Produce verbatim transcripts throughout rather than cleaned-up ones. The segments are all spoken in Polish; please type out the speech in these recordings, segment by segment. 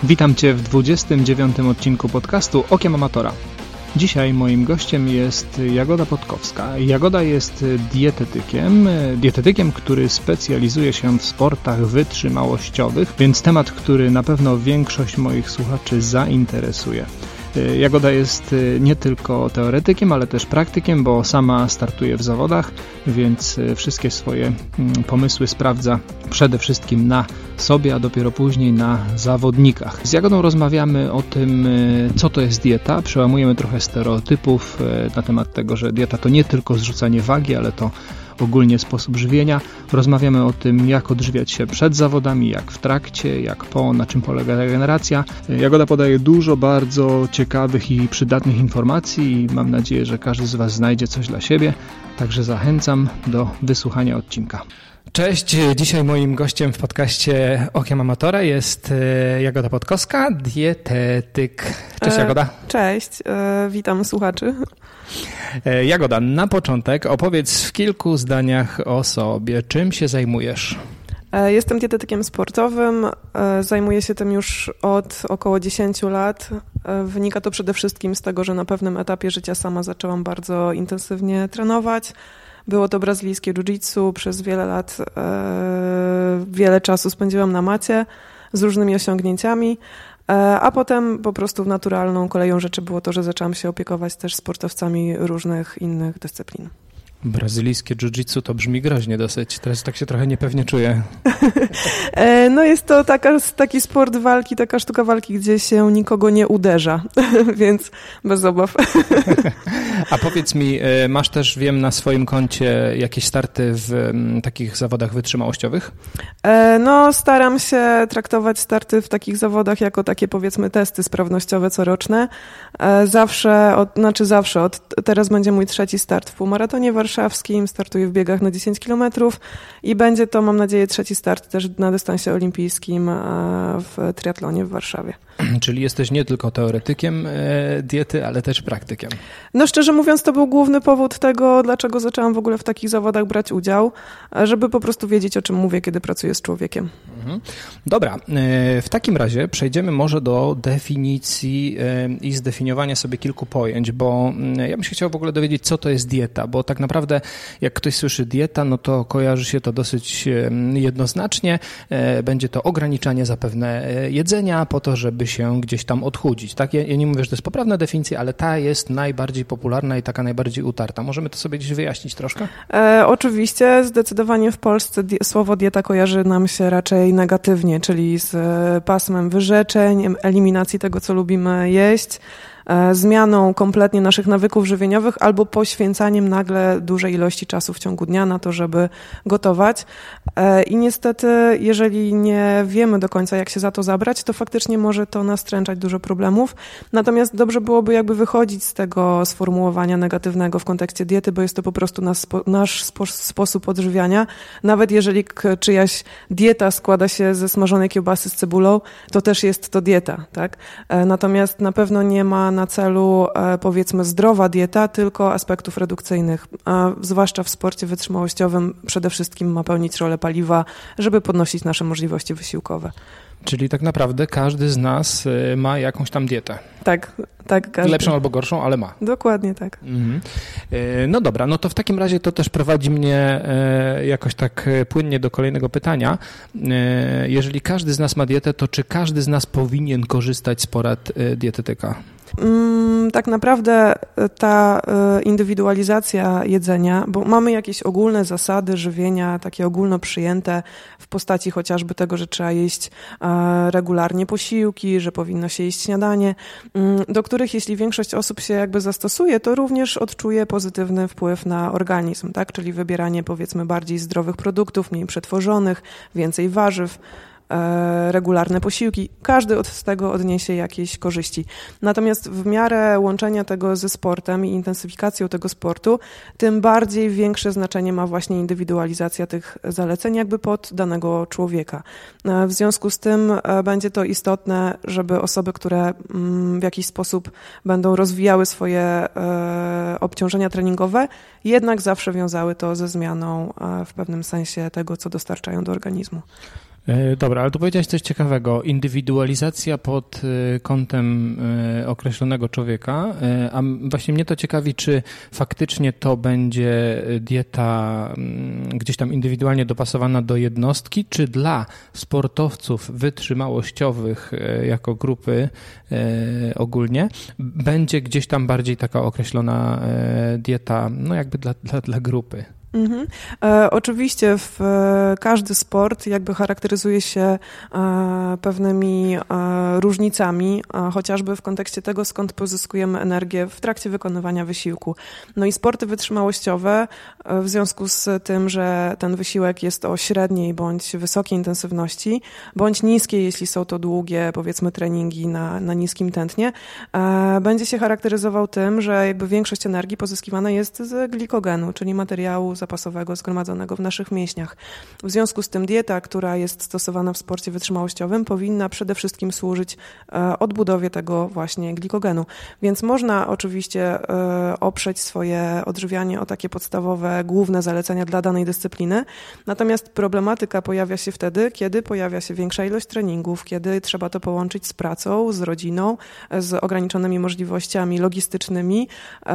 Witam Cię w dwudziestym dziewiątym odcinku podcastu Okiem Amatora. Dzisiaj moim gościem jest Jagoda Podkowska. Jagoda jest dietetykiem, dietetykiem, który specjalizuje się w sportach wytrzymałościowych, więc temat, który na pewno większość moich słuchaczy zainteresuje. Jagoda jest nie tylko teoretykiem, ale też praktykiem, bo sama startuje w zawodach, więc wszystkie swoje pomysły sprawdza przede wszystkim na sobie, a dopiero później na zawodnikach. Z Jagodą rozmawiamy o tym, co to jest dieta, przełamujemy trochę stereotypów na temat tego, że dieta to nie tylko zrzucanie wagi, ale to ogólnie sposób żywienia. Rozmawiamy o tym, jak odżywiać się przed zawodami, jak w trakcie, jak po, na czym polega regeneracja. Jagoda podaje dużo bardzo ciekawych i przydatnych informacji i mam nadzieję, że każdy z Was znajdzie coś dla siebie. Także zachęcam do wysłuchania odcinka. Cześć, dzisiaj moim gościem w podcaście Okiem Amatora jest Jagoda Podkowska, dietetyk. Cześć Jagoda. Cześć, witam słuchaczy. Jagoda, na początek opowiedz w kilku zdaniach o sobie. Czym się zajmujesz? Jestem dietetykiem sportowym, zajmuję się tym już od około dziesięć lat. Wynika to przede wszystkim z tego, że na pewnym etapie życia sama zaczęłam bardzo intensywnie trenować. Było to brazylijskie jiu-jitsu, przez wiele lat, e, wiele czasu spędziłam na macie z różnymi osiągnięciami, e, a potem po prostu naturalną koleją rzeczy było to, że zaczęłam się opiekować też sportowcami różnych innych dyscyplin. Brazylijskie jiu-jitsu to brzmi groźnie dosyć, teraz tak się trochę niepewnie czuję. No jest to taka, taki sport walki, taka sztuka walki, gdzie się nikogo nie uderza, więc bez obaw. A powiedz mi, masz też, wiem, na swoim koncie jakieś starty w takich zawodach wytrzymałościowych? No staram się traktować starty w takich zawodach jako takie, powiedzmy, testy sprawnościowe coroczne. Zawsze, od, znaczy zawsze, od teraz będzie mój trzeci start w półmaratonie warszawskim, startuję w biegach na dziesięć kilometrów i będzie to, mam nadzieję, trzeci start też na dystansie olimpijskim w triatlonie w Warszawie. Czyli jesteś nie tylko teoretykiem diety, ale też praktykiem. No szczerze mówiąc, to był główny powód tego, dlaczego zaczęłam w ogóle w takich zawodach brać udział, żeby po prostu wiedzieć, o czym mówię, kiedy pracuję z człowiekiem. Mhm. Dobra, w takim razie przejdziemy może do definicji i zdefiniowania sobie kilku pojęć, bo ja bym się chciał w ogóle dowiedzieć, co to jest dieta, bo tak naprawdę jak ktoś słyszy dieta, no to kojarzy się to dosyć jednoznacznie. Będzie to ograniczanie zapewne jedzenia po to, żeby się gdzieś tam odchudzić. Tak? Ja, ja nie mówię, że to jest poprawna definicja, ale ta jest najbardziej popularna i taka najbardziej utarta. Możemy to sobie gdzieś wyjaśnić troszkę? E, oczywiście, zdecydowanie w Polsce di- słowo dieta kojarzy nam się raczej negatywnie, czyli z pasmem wyrzeczeń, eliminacji tego, co lubimy jeść, zmianą kompletnie naszych nawyków żywieniowych albo poświęcaniem nagle dużej ilości czasu w ciągu dnia na to, żeby gotować. I niestety, jeżeli nie wiemy do końca, jak się za to zabrać, to faktycznie może to nastręczać dużo problemów. Natomiast dobrze byłoby jakby wychodzić z tego sformułowania negatywnego w kontekście diety, bo jest to po prostu nasz, spo, nasz spo, sposób odżywiania. Nawet jeżeli czyjaś dieta składa się ze smażonej kiełbasy z cebulą, to też jest to dieta, tak? Natomiast na pewno nie ma na celu, powiedzmy, zdrowa dieta, tylko aspektów redukcyjnych, a zwłaszcza w sporcie wytrzymałościowym przede wszystkim ma pełnić rolę paliwa, żeby podnosić nasze możliwości wysiłkowe. Czyli tak naprawdę każdy z nas ma jakąś tam dietę. Tak, tak. Każdy. Lepszą albo gorszą, ale ma. Dokładnie tak. Mhm. No dobra, no to w takim razie to też prowadzi mnie jakoś tak płynnie do kolejnego pytania. Jeżeli każdy z nas ma dietę, to czy każdy z nas powinien korzystać z porad dietetyka? Tak naprawdę ta indywidualizacja jedzenia, bo mamy jakieś ogólne zasady żywienia, takie ogólno przyjęte w postaci chociażby tego, że trzeba jeść regularnie posiłki, że powinno się jeść śniadanie, do których jeśli większość osób się jakby zastosuje, to również odczuje pozytywny wpływ na organizm, tak? Czyli wybieranie, powiedzmy, bardziej zdrowych produktów, mniej przetworzonych, więcej warzyw, regularne posiłki. Każdy od z tego odniesie jakieś korzyści. Natomiast w miarę łączenia tego ze sportem i intensyfikacją tego sportu, tym bardziej większe znaczenie ma właśnie indywidualizacja tych zaleceń jakby pod danego człowieka. W związku z tym będzie to istotne, żeby osoby, które w jakiś sposób będą rozwijały swoje obciążenia treningowe, jednak zawsze wiązały to ze zmianą w pewnym sensie tego, co dostarczają do organizmu. Dobra, ale tu powiedziałeś coś ciekawego. Indywidualizacja pod kątem określonego człowieka, a właśnie mnie to ciekawi, czy faktycznie to będzie dieta gdzieś tam indywidualnie dopasowana do jednostki, czy dla sportowców wytrzymałościowych jako grupy ogólnie będzie gdzieś tam bardziej taka określona dieta, no jakby dla, dla, dla grupy. Mhm. E, oczywiście w, e, każdy sport jakby charakteryzuje się e, pewnymi e, różnicami, e, chociażby w kontekście tego, skąd pozyskujemy energię w trakcie wykonywania wysiłku. No i sporty wytrzymałościowe e, w związku z tym, że ten wysiłek jest o średniej bądź wysokiej intensywności, bądź niskiej, jeśli są to długie, powiedzmy, treningi na, na niskim tętnie, e, będzie się charakteryzował tym, że jakby większość energii pozyskiwana jest z glikogenu, czyli materiału zapasowego zgromadzonego w naszych mięśniach. W związku z tym dieta, która jest stosowana w sporcie wytrzymałościowym, powinna przede wszystkim służyć odbudowie tego właśnie glikogenu. Więc można oczywiście oprzeć swoje odżywianie o takie podstawowe, główne zalecenia dla danej dyscypliny, natomiast problematyka pojawia się wtedy, kiedy pojawia się większa ilość treningów, kiedy trzeba to połączyć z pracą, z rodziną, z ograniczonymi możliwościami logistycznymi,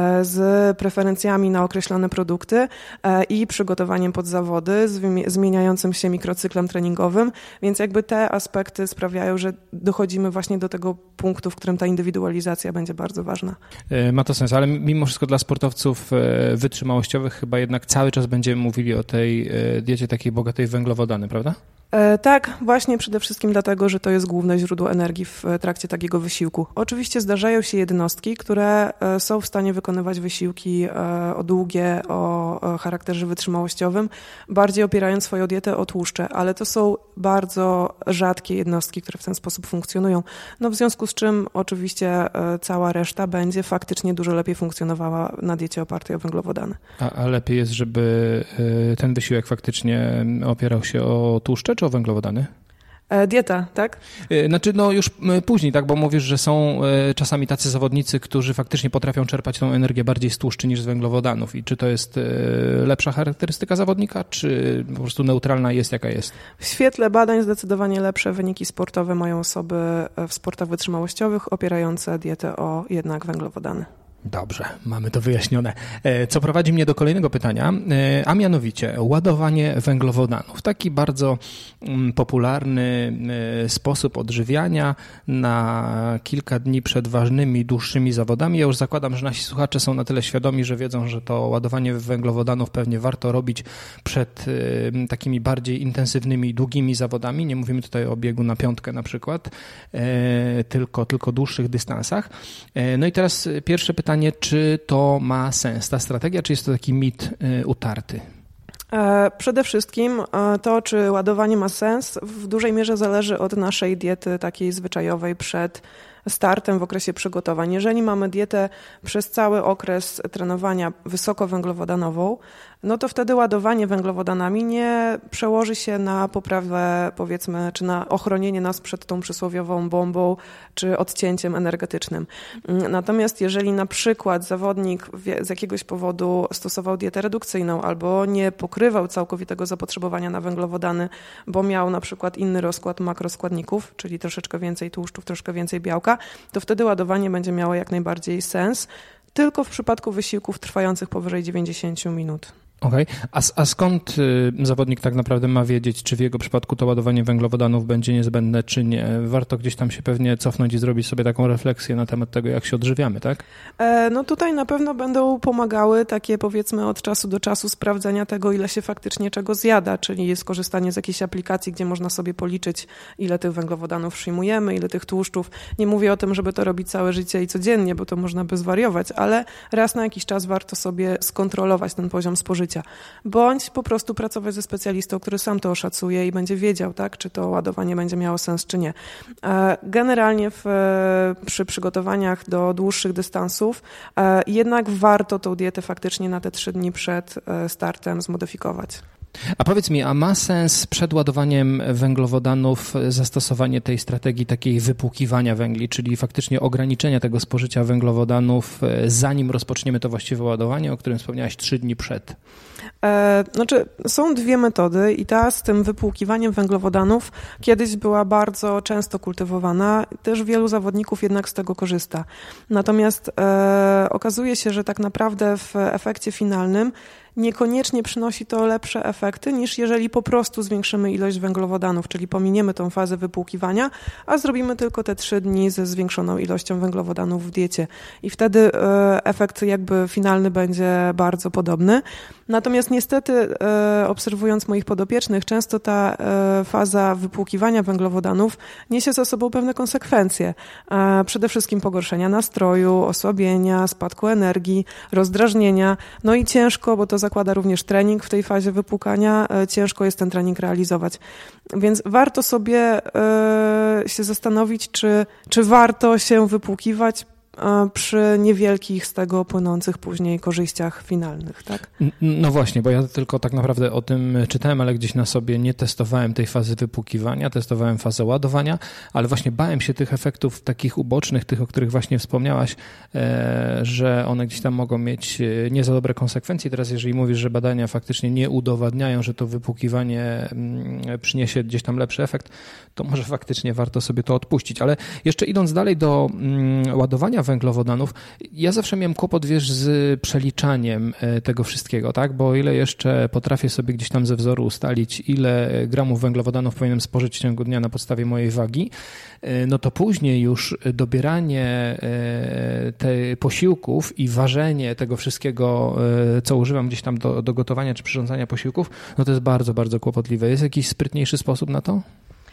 z preferencjami na określone produkty i przygotowaniem pod zawody, z zmieniającym się mikrocyklem treningowym, więc jakby te aspekty sprawiają, że dochodzimy właśnie do tego punktu, w którym ta indywidualizacja będzie bardzo ważna. Ma to sens, ale mimo wszystko dla sportowców wytrzymałościowych chyba jednak cały czas będziemy mówili o tej diecie takiej bogatej w węglowodany, prawda? Tak, właśnie przede wszystkim dlatego, że to jest główne źródło energii w trakcie takiego wysiłku. Oczywiście zdarzają się jednostki, które są w stanie wykonywać wysiłki o długie, o charakterze wytrzymałościowym, bardziej opierając swoją dietę o tłuszcze, ale to są bardzo rzadkie jednostki, które w ten sposób funkcjonują. No w związku z czym oczywiście cała reszta będzie faktycznie dużo lepiej funkcjonowała na diecie opartej o węglowodany. A, a lepiej jest, żeby ten wysiłek faktycznie opierał się o tłuszcze czy o węglowodany? Dieta, tak? Znaczy, no już później, tak, bo mówisz, że są czasami tacy zawodnicy, którzy faktycznie potrafią czerpać tą energię bardziej z tłuszczy niż z węglowodanów. I czy to jest lepsza charakterystyka zawodnika, czy po prostu neutralna jest, jaka jest? W świetle badań zdecydowanie lepsze wyniki sportowe mają osoby w sportach wytrzymałościowych opierające dietę o jednak węglowodany. Dobrze, mamy to wyjaśnione. Co prowadzi mnie do kolejnego pytania, a mianowicie ładowanie węglowodanów. Taki bardzo popularny sposób odżywiania na kilka dni przed ważnymi, dłuższymi zawodami. Ja już zakładam, że nasi słuchacze są na tyle świadomi, że wiedzą, że to ładowanie węglowodanów pewnie warto robić przed takimi bardziej intensywnymi, długimi zawodami. Nie mówimy tutaj o biegu na piątkę na przykład, tylko, tylko dłuższych dystansach. No i teraz pierwsze pytanie, czy to ma sens, ta strategia, czy jest to taki mit utarty? Przede wszystkim to, czy ładowanie ma sens, w dużej mierze zależy od naszej diety takiej zwyczajowej przed startem w okresie przygotowań. Jeżeli mamy dietę przez cały okres trenowania wysokowęglowodanową, no to wtedy ładowanie węglowodanami nie przełoży się na poprawę, powiedzmy, czy na ochronienie nas przed tą przysłowiową bombą, czy odcięciem energetycznym. Natomiast jeżeli na przykład zawodnik z jakiegoś powodu stosował dietę redukcyjną albo nie pokrywał całkowitego zapotrzebowania na węglowodany, bo miał na przykład inny rozkład makroskładników, czyli troszeczkę więcej tłuszczów, troszkę więcej białka, to wtedy ładowanie będzie miało jak najbardziej sens, tylko w przypadku wysiłków trwających powyżej dziewięćdziesiąt minut. Okej, okay. a, a skąd zawodnik tak naprawdę ma wiedzieć, czy w jego przypadku to ładowanie węglowodanów będzie niezbędne, czy nie? Warto gdzieś tam się pewnie cofnąć i zrobić sobie taką refleksję na temat tego, jak się odżywiamy, tak? E, no tutaj na pewno będą pomagały takie, powiedzmy, od czasu do czasu sprawdzenia tego, ile się faktycznie czego zjada, czyli skorzystanie z jakiejś aplikacji, gdzie można sobie policzyć, ile tych węglowodanów przyjmujemy, ile tych tłuszczów. Nie mówię o tym, żeby to robić całe życie i codziennie, bo to można by zwariować, ale raz na jakiś czas warto sobie skontrolować ten poziom spożycia. Bądź po prostu pracować ze specjalistą, który sam to oszacuje i będzie wiedział, tak, czy to ładowanie będzie miało sens, czy nie. Generalnie w, przy przygotowaniach do dłuższych dystansów jednak warto tą dietę faktycznie na te trzy dni przed startem zmodyfikować. A powiedz mi, a ma sens przed ładowaniem węglowodanów zastosowanie tej strategii takiej wypłukiwania węgli, czyli faktycznie ograniczenia tego spożycia węglowodanów, zanim rozpoczniemy to właściwe ładowanie, o którym wspomniałaś trzy dni przed? E, znaczy, są dwie metody i ta z tym wypłukiwaniem węglowodanów kiedyś była bardzo często kultywowana. Też wielu zawodników jednak z tego korzysta. Natomiast e, okazuje się, że tak naprawdę w efekcie finalnym niekoniecznie przynosi to lepsze efekty, niż jeżeli po prostu zwiększymy ilość węglowodanów, czyli pominiemy tą fazę wypłukiwania, a zrobimy tylko te trzy dni ze zwiększoną ilością węglowodanów w diecie. I wtedy efekt jakby finalny będzie bardzo podobny. Natomiast niestety, obserwując moich podopiecznych, często ta faza wypłukiwania węglowodanów niesie za sobą pewne konsekwencje. Przede wszystkim pogorszenia nastroju, osłabienia, spadku energii, rozdrażnienia, no i ciężko, bo to zakłada również trening w tej fazie wypłukania, ciężko jest ten trening realizować. Więc warto sobie się zastanowić, czy, czy warto się wypłukiwać przy niewielkich z tego płynących później korzyściach finalnych, tak? No właśnie, bo ja tylko tak naprawdę o tym czytałem, ale gdzieś na sobie nie testowałem tej fazy wypłukiwania, testowałem fazę ładowania, ale właśnie bałem się tych efektów takich ubocznych, tych, o których właśnie wspomniałaś, że one gdzieś tam mogą mieć nie za dobre konsekwencje. Teraz jeżeli mówisz, że badania faktycznie nie udowadniają, że to wypłukiwanie przyniesie gdzieś tam lepszy efekt, to może faktycznie warto sobie to odpuścić. Ale jeszcze idąc dalej do ładowania węglowodanów, ja zawsze miałem kłopot, wiesz, z przeliczaniem tego wszystkiego, tak? Bo o ile jeszcze potrafię sobie gdzieś tam ze wzoru ustalić, ile gramów węglowodanów powinienem spożyć w ciągu dnia na podstawie mojej wagi, no to później już dobieranie te posiłków i ważenie tego wszystkiego, co używam gdzieś tam do, do gotowania czy przyrządzania posiłków, no to jest bardzo, bardzo kłopotliwe. Jest jakiś sprytniejszy sposób na to?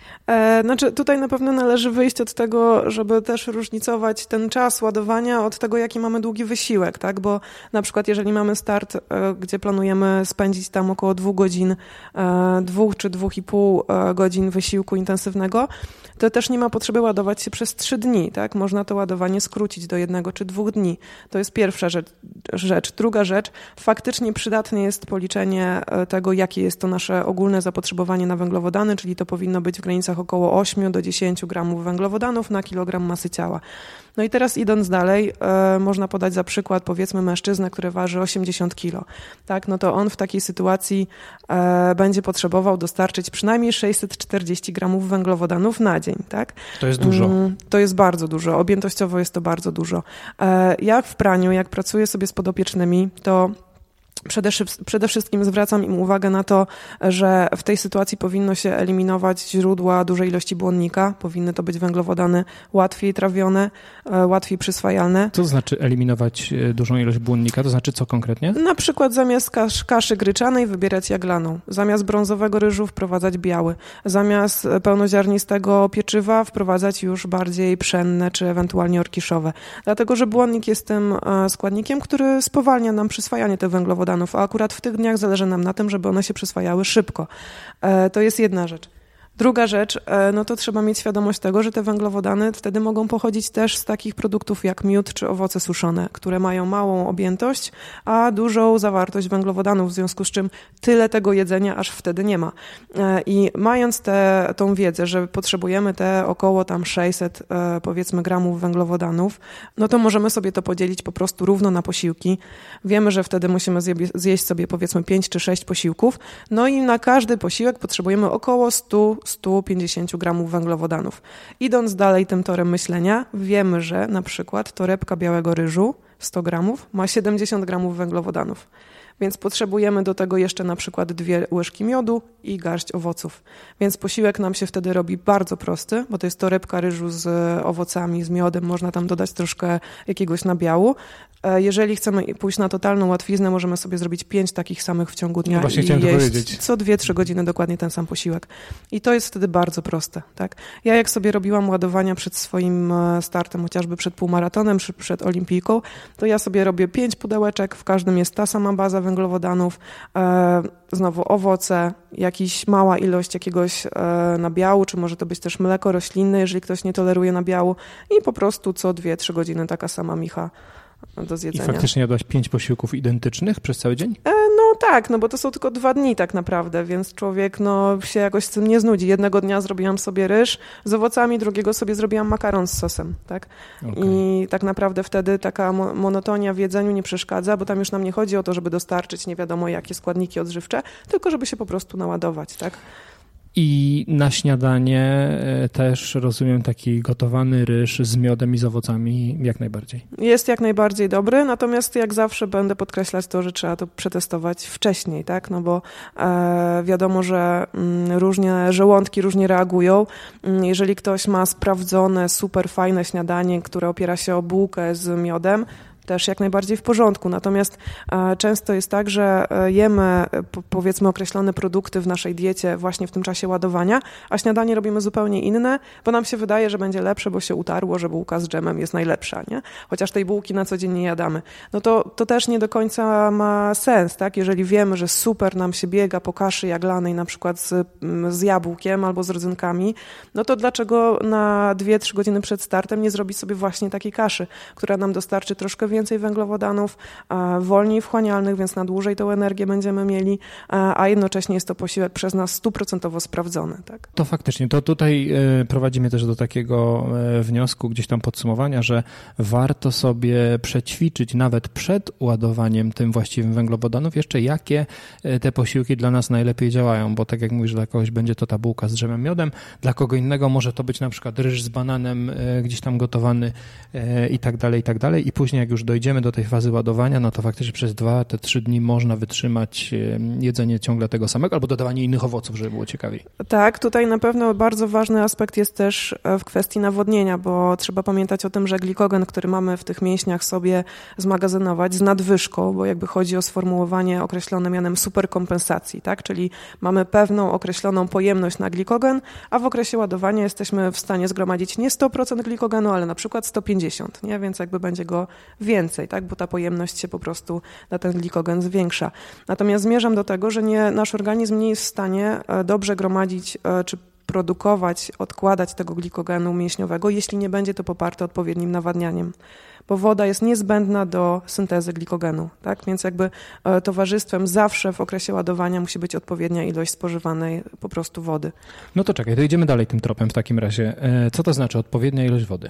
Znaczy tutaj na pewno należy wyjść od tego, żeby też różnicować ten czas ładowania od tego, jaki mamy długi wysiłek, tak? Bo na przykład jeżeli mamy start, gdzie planujemy spędzić tam około dwóch godzin, dwóch czy dwóch i pół godzin wysiłku intensywnego, to też nie ma potrzeby ładować się przez trzy dni, tak? Można to ładowanie skrócić do jednego czy dwóch dni. To jest pierwsza rzecz. rzecz. Druga rzecz, faktycznie przydatne jest policzenie tego, jakie jest to nasze ogólne zapotrzebowanie na węglowodany, czyli to powinno być w granicach około osiem do dziesięciu gramów węglowodanów na kilogram masy ciała. No i teraz idąc dalej, e, można podać za przykład powiedzmy mężczyznę, który waży osiemdziesiąt kilo, tak? No to on w takiej sytuacji e, będzie potrzebował dostarczyć przynajmniej sześćset czterdzieści gramów węglowodanów na dzień, tak? To jest dużo. Mm, to jest bardzo dużo, objętościowo jest to bardzo dużo. E, jak w praniu, jak pracuję sobie z podopiecznymi, to Przede, przede wszystkim zwracam im uwagę na to, że w tej sytuacji powinno się eliminować źródła dużej ilości błonnika. Powinny to być węglowodany łatwiej trawione, łatwiej przyswajalne. Co to znaczy eliminować dużą ilość błonnika? To znaczy co konkretnie? Na przykład zamiast kasz, kaszy gryczanej wybierać jaglaną. Zamiast brązowego ryżu wprowadzać biały. Zamiast pełnoziarnistego pieczywa wprowadzać już bardziej pszenne czy ewentualnie orkiszowe. Dlatego, że błonnik jest tym składnikiem, który spowalnia nam przyswajanie tych węglowodanów. A akurat w tych dniach zależy nam na tym, żeby one się przyswajały szybko. To jest jedna rzecz. Druga rzecz, no to trzeba mieć świadomość tego, że te węglowodany wtedy mogą pochodzić też z takich produktów jak miód czy owoce suszone, które mają małą objętość, a dużą zawartość węglowodanów, w związku z czym tyle tego jedzenia aż wtedy nie ma. I mając tę tą wiedzę, że potrzebujemy te około tam sześćset powiedzmy gramów węglowodanów, no to możemy sobie to podzielić po prostu równo na posiłki. Wiemy, że wtedy musimy zjeść sobie powiedzmy pięć czy sześć posiłków, no i na każdy posiłek potrzebujemy około stu do stu pięćdziesięciu gramów węglowodanów. Idąc dalej tym torem myślenia, wiemy, że na przykład torebka białego ryżu, sto gramów, ma siedemdziesiąt gramów węglowodanów. Więc potrzebujemy do tego jeszcze na przykład dwie łyżki miodu i garść owoców. Więc posiłek nam się wtedy robi bardzo prosty, bo to jest torebka ryżu z owocami, z miodem, można tam dodać troszkę jakiegoś nabiału. Jeżeli chcemy pójść na totalną łatwiznę, możemy sobie zrobić pięć takich samych w ciągu dnia Właśnie i jeść co dwie trzy godziny dokładnie ten sam posiłek. I to jest wtedy bardzo proste. Tak? Ja jak sobie robiłam ładowania przed swoim startem, chociażby przed półmaratonem, czy przed olimpijką, to ja sobie robię pięć pudełeczek, w każdym jest ta sama baza węglowodanów, e, znowu owoce, jakiś mała ilość jakiegoś e, nabiału, czy może to być też mleko roślinne, jeżeli ktoś nie toleruje nabiału i po prostu co dwie trzy godziny taka sama micha do zjedzenia. I faktycznie jadłaś pięć posiłków identycznych przez cały dzień? E, no tak, no bo to są tylko dwa dni tak naprawdę, więc człowiek no, się jakoś z tym nie znudzi. Jednego dnia zrobiłam sobie ryż z owocami, drugiego sobie zrobiłam makaron z sosem, tak? Okay. I tak naprawdę wtedy taka monotonia w jedzeniu nie przeszkadza, bo tam już nam nie chodzi o to, żeby dostarczyć nie wiadomo jakie składniki odżywcze, tylko żeby się po prostu naładować, tak? I na śniadanie też rozumiem taki gotowany ryż z miodem i z owocami jak najbardziej. Jest jak najbardziej dobry, natomiast jak zawsze będę podkreślać to, że trzeba to przetestować wcześniej, tak? No bo e, wiadomo, że mm, różnie żołądki różnie reagują. Jeżeli ktoś ma sprawdzone, super fajne śniadanie, które opiera się o bułkę z miodem, też jak najbardziej w porządku. Natomiast e, często jest tak, że jemy po, powiedzmy określone produkty w naszej diecie właśnie w tym czasie ładowania, a śniadanie robimy zupełnie inne, bo nam się wydaje, że będzie lepsze, bo się utarło, że bułka z dżemem jest najlepsza, nie? Chociaż tej bułki na co dzień nie jadamy. No to, to też nie do końca ma sens, tak? Jeżeli wiemy, że super nam się biega po kaszy jaglanej na przykład z, z jabłkiem albo z rodzynkami, no to dlaczego na dwie trzy godziny przed startem nie zrobić sobie właśnie takiej kaszy, która nam dostarczy troszkę więcej węglowodanów, wolniej wchłanialnych, więc na dłużej tą energię będziemy mieli, a jednocześnie jest to posiłek przez nas stuprocentowo sprawdzony. Tak? To faktycznie, to tutaj prowadzi mnie też do takiego wniosku, gdzieś tam podsumowania, że warto sobie przećwiczyć nawet przed ładowaniem tym właściwym węglowodanów jeszcze jakie te posiłki dla nas najlepiej działają, bo tak jak mówisz, dla kogoś będzie to ta bułka z drzemem miodem, dla kogo innego może to być na przykład ryż z bananem gdzieś tam gotowany i tak dalej, i tak dalej i później jak już dojdziemy do tej fazy ładowania, no to faktycznie przez dwa, te trzy dni można wytrzymać jedzenie ciągle tego samego albo dodawanie innych owoców, żeby było ciekawiej. Tak, tutaj na pewno bardzo ważny aspekt jest też w kwestii nawodnienia, bo trzeba pamiętać o tym, że glikogen, który mamy w tych mięśniach sobie zmagazynować z nadwyżką, bo jakby chodzi o sformułowanie określone mianem superkompensacji, tak? Czyli mamy pewną określoną pojemność na glikogen, a w okresie ładowania jesteśmy w stanie zgromadzić nie sto procent glikogenu, ale na przykład sto pięćdziesiąt, nie? Więc jakby będzie go więcej, tak? Bo ta pojemność się po prostu na ten glikogen zwiększa. Natomiast zmierzam do tego, że nie, nasz organizm nie jest w stanie dobrze gromadzić czy produkować, odkładać tego glikogenu mięśniowego, jeśli nie będzie to poparte odpowiednim nawadnianiem. Bo woda jest niezbędna do syntezy glikogenu, tak? Więc jakby towarzystwem zawsze w okresie ładowania musi być odpowiednia ilość spożywanej po prostu wody. No to czekaj, to idziemy dalej tym tropem w takim razie. Co to znaczy odpowiednia ilość wody?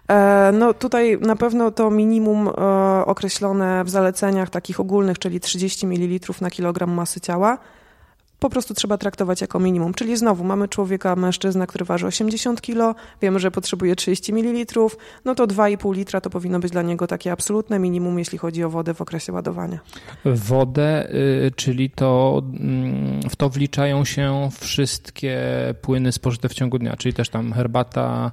No tutaj na pewno to minimum określone w zaleceniach takich ogólnych, czyli trzydzieści mililitrów na kilogram masy ciała, po prostu trzeba traktować jako minimum. Czyli znowu mamy człowieka, mężczyznę, który waży osiemdziesiąt kilo, wiemy, że potrzebuje trzydzieści mililitrów, no to dwa i pół litra to powinno być dla niego takie absolutne minimum, jeśli chodzi o wodę w okresie ładowania. Wodę, czyli to w to wliczają się wszystkie płyny spożyte w ciągu dnia, czyli też tam herbata,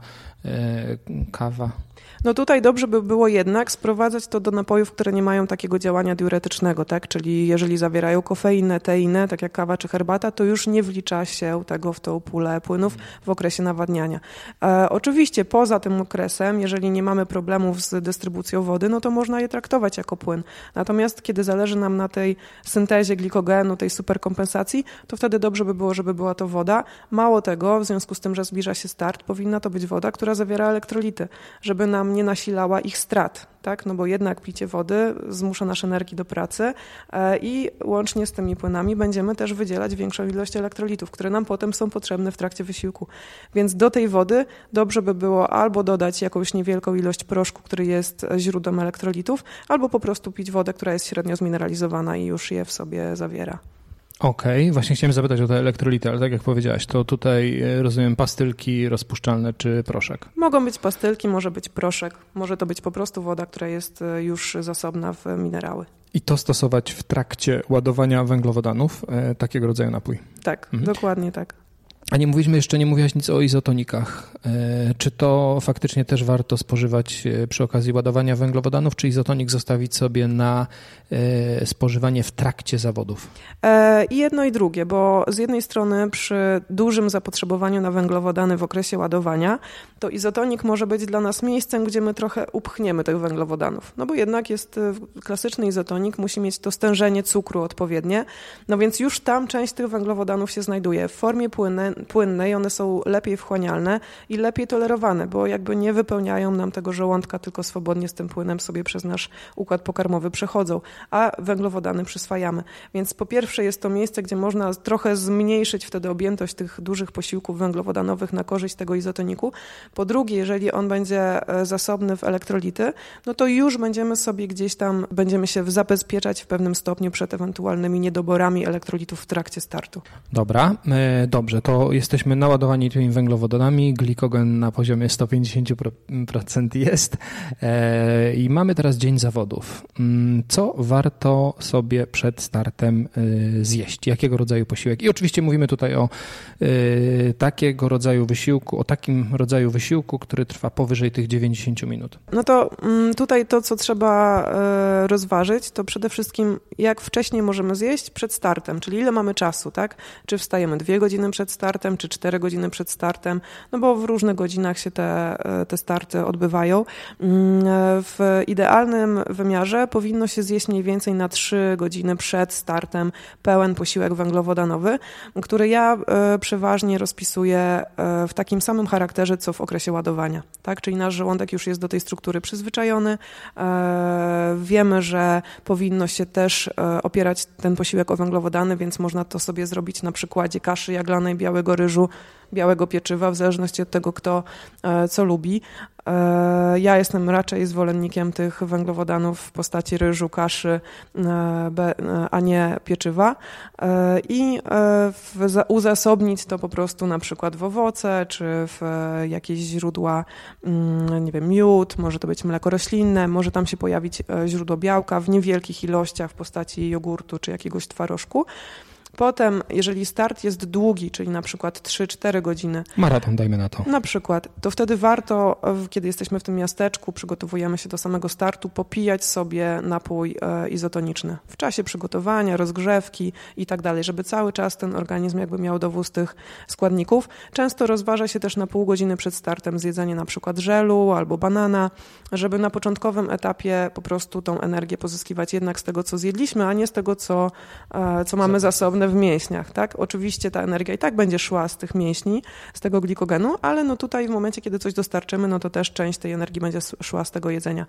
kawa. No tutaj dobrze by było jednak sprowadzać to do napojów, które nie mają takiego działania diuretycznego, tak? Czyli jeżeli zawierają kofeinę, teinę, tak jak kawa czy herbata, to już nie wlicza się tego w tą pulę płynów w okresie nawadniania. E, oczywiście poza tym okresem, jeżeli nie mamy problemów z dystrybucją wody, no to można je traktować jako płyn. Natomiast kiedy zależy nam na tej syntezie glikogenu, tej superkompensacji, to wtedy dobrze by było, żeby była to woda. Mało tego, w związku z tym, że zbliża się start, powinna to być woda, która zawiera elektrolity, żeby nam nie nasilała ich strat, tak? No bo jednak picie wody zmusza nasz energii do pracy i łącznie z tymi płynami będziemy też wydzielać większą ilość elektrolitów, które nam potem są potrzebne w trakcie wysiłku. Więc do tej wody dobrze by było albo dodać jakąś niewielką ilość proszku, który jest źródłem elektrolitów, albo po prostu pić wodę, która jest średnio zmineralizowana i już je w sobie zawiera. Okej, okay. Właśnie chciałem zapytać o te elektrolity, ale tak jak powiedziałaś, to tutaj rozumiem pastylki rozpuszczalne czy proszek? Mogą być pastylki, może być proszek, może to być po prostu woda, która jest już zasobna w minerały. I to stosować w trakcie ładowania węglowodanów, e, takiego rodzaju napój? Tak, mhm. Dokładnie tak. A nie mówiliśmy jeszcze, nie mówiłaś nic o izotonikach. Czy to faktycznie też warto spożywać przy okazji ładowania węglowodanów, czy izotonik zostawić sobie na spożywanie w trakcie zawodów? I jedno i drugie, bo z jednej strony przy dużym zapotrzebowaniu na węglowodany w okresie ładowania, to izotonik może być dla nas miejscem, gdzie my trochę upchniemy tych węglowodanów. No bo jednak jest klasyczny izotonik, musi mieć to stężenie cukru odpowiednie, no więc już tam część tych węglowodanów się znajduje w formie płynnej, płynne i one są lepiej wchłanialne i lepiej tolerowane, bo jakby nie wypełniają nam tego żołądka, tylko swobodnie z tym płynem sobie przez nasz układ pokarmowy przechodzą, a węglowodany przyswajamy. Więc po pierwsze jest to miejsce, gdzie można trochę zmniejszyć wtedy objętość tych dużych posiłków węglowodanowych na korzyść tego izotoniku. Po drugie, jeżeli on będzie zasobny w elektrolity, no to już będziemy sobie gdzieś tam, będziemy się zabezpieczać w pewnym stopniu przed ewentualnymi niedoborami elektrolitów w trakcie startu. Dobra, e, dobrze, to jesteśmy naładowani tymi węglowodanami, glikogen na poziomie sto pięćdziesiąt procent jest e, i mamy teraz dzień zawodów. Co warto sobie przed startem e, zjeść? Jakiego rodzaju posiłek? I oczywiście mówimy tutaj o e, takiego rodzaju wysiłku, o takim rodzaju wysiłku, który trwa powyżej tych dziewięćdziesiąt minut. No to m, tutaj to, co trzeba e, rozważyć, to przede wszystkim jak wcześniej możemy zjeść przed startem, czyli ile mamy czasu, tak? Czy wstajemy dwie godziny przed startem, czy cztery godziny przed startem, no bo w różnych godzinach się te, te starty odbywają. W idealnym wymiarze powinno się zjeść mniej więcej na trzy godziny przed startem pełen posiłek węglowodanowy, który ja przeważnie rozpisuję w takim samym charakterze, co w okresie ładowania, tak? Czyli nasz żołądek już jest do tej struktury przyzwyczajony. Wiemy, że powinno się też opierać ten posiłek o węglowodany, więc można to sobie zrobić na przykładzie kaszy jaglanej, białego ryżu, białego pieczywa, w zależności od tego, kto co lubi. Ja jestem raczej zwolennikiem tych węglowodanów w postaci ryżu, kaszy, a nie pieczywa i uzasobnić to po prostu na przykład w owoce, czy w jakieś źródła, nie wiem, miód, może to być mleko roślinne, może tam się pojawić źródło białka w niewielkich ilościach w postaci jogurtu, czy jakiegoś twarożku. Potem, jeżeli start jest długi, czyli na przykład trzy cztery godziny. Maraton dajmy na to. Na przykład. To wtedy warto, kiedy jesteśmy w tym miasteczku, przygotowujemy się do samego startu, popijać sobie napój izotoniczny w czasie przygotowania, rozgrzewki i tak dalej, żeby cały czas ten organizm jakby miał dowóz tych składników. Często rozważa się też na pół godziny przed startem zjedzenie na przykład żelu albo banana, żeby na początkowym etapie po prostu tą energię pozyskiwać jednak z tego, co zjedliśmy, a nie z tego, co, co mamy zasobne w mięśniach, tak? Oczywiście ta energia i tak będzie szła z tych mięśni, z tego glikogenu, ale no tutaj w momencie, kiedy coś dostarczymy, no to też część tej energii będzie szła z tego jedzenia.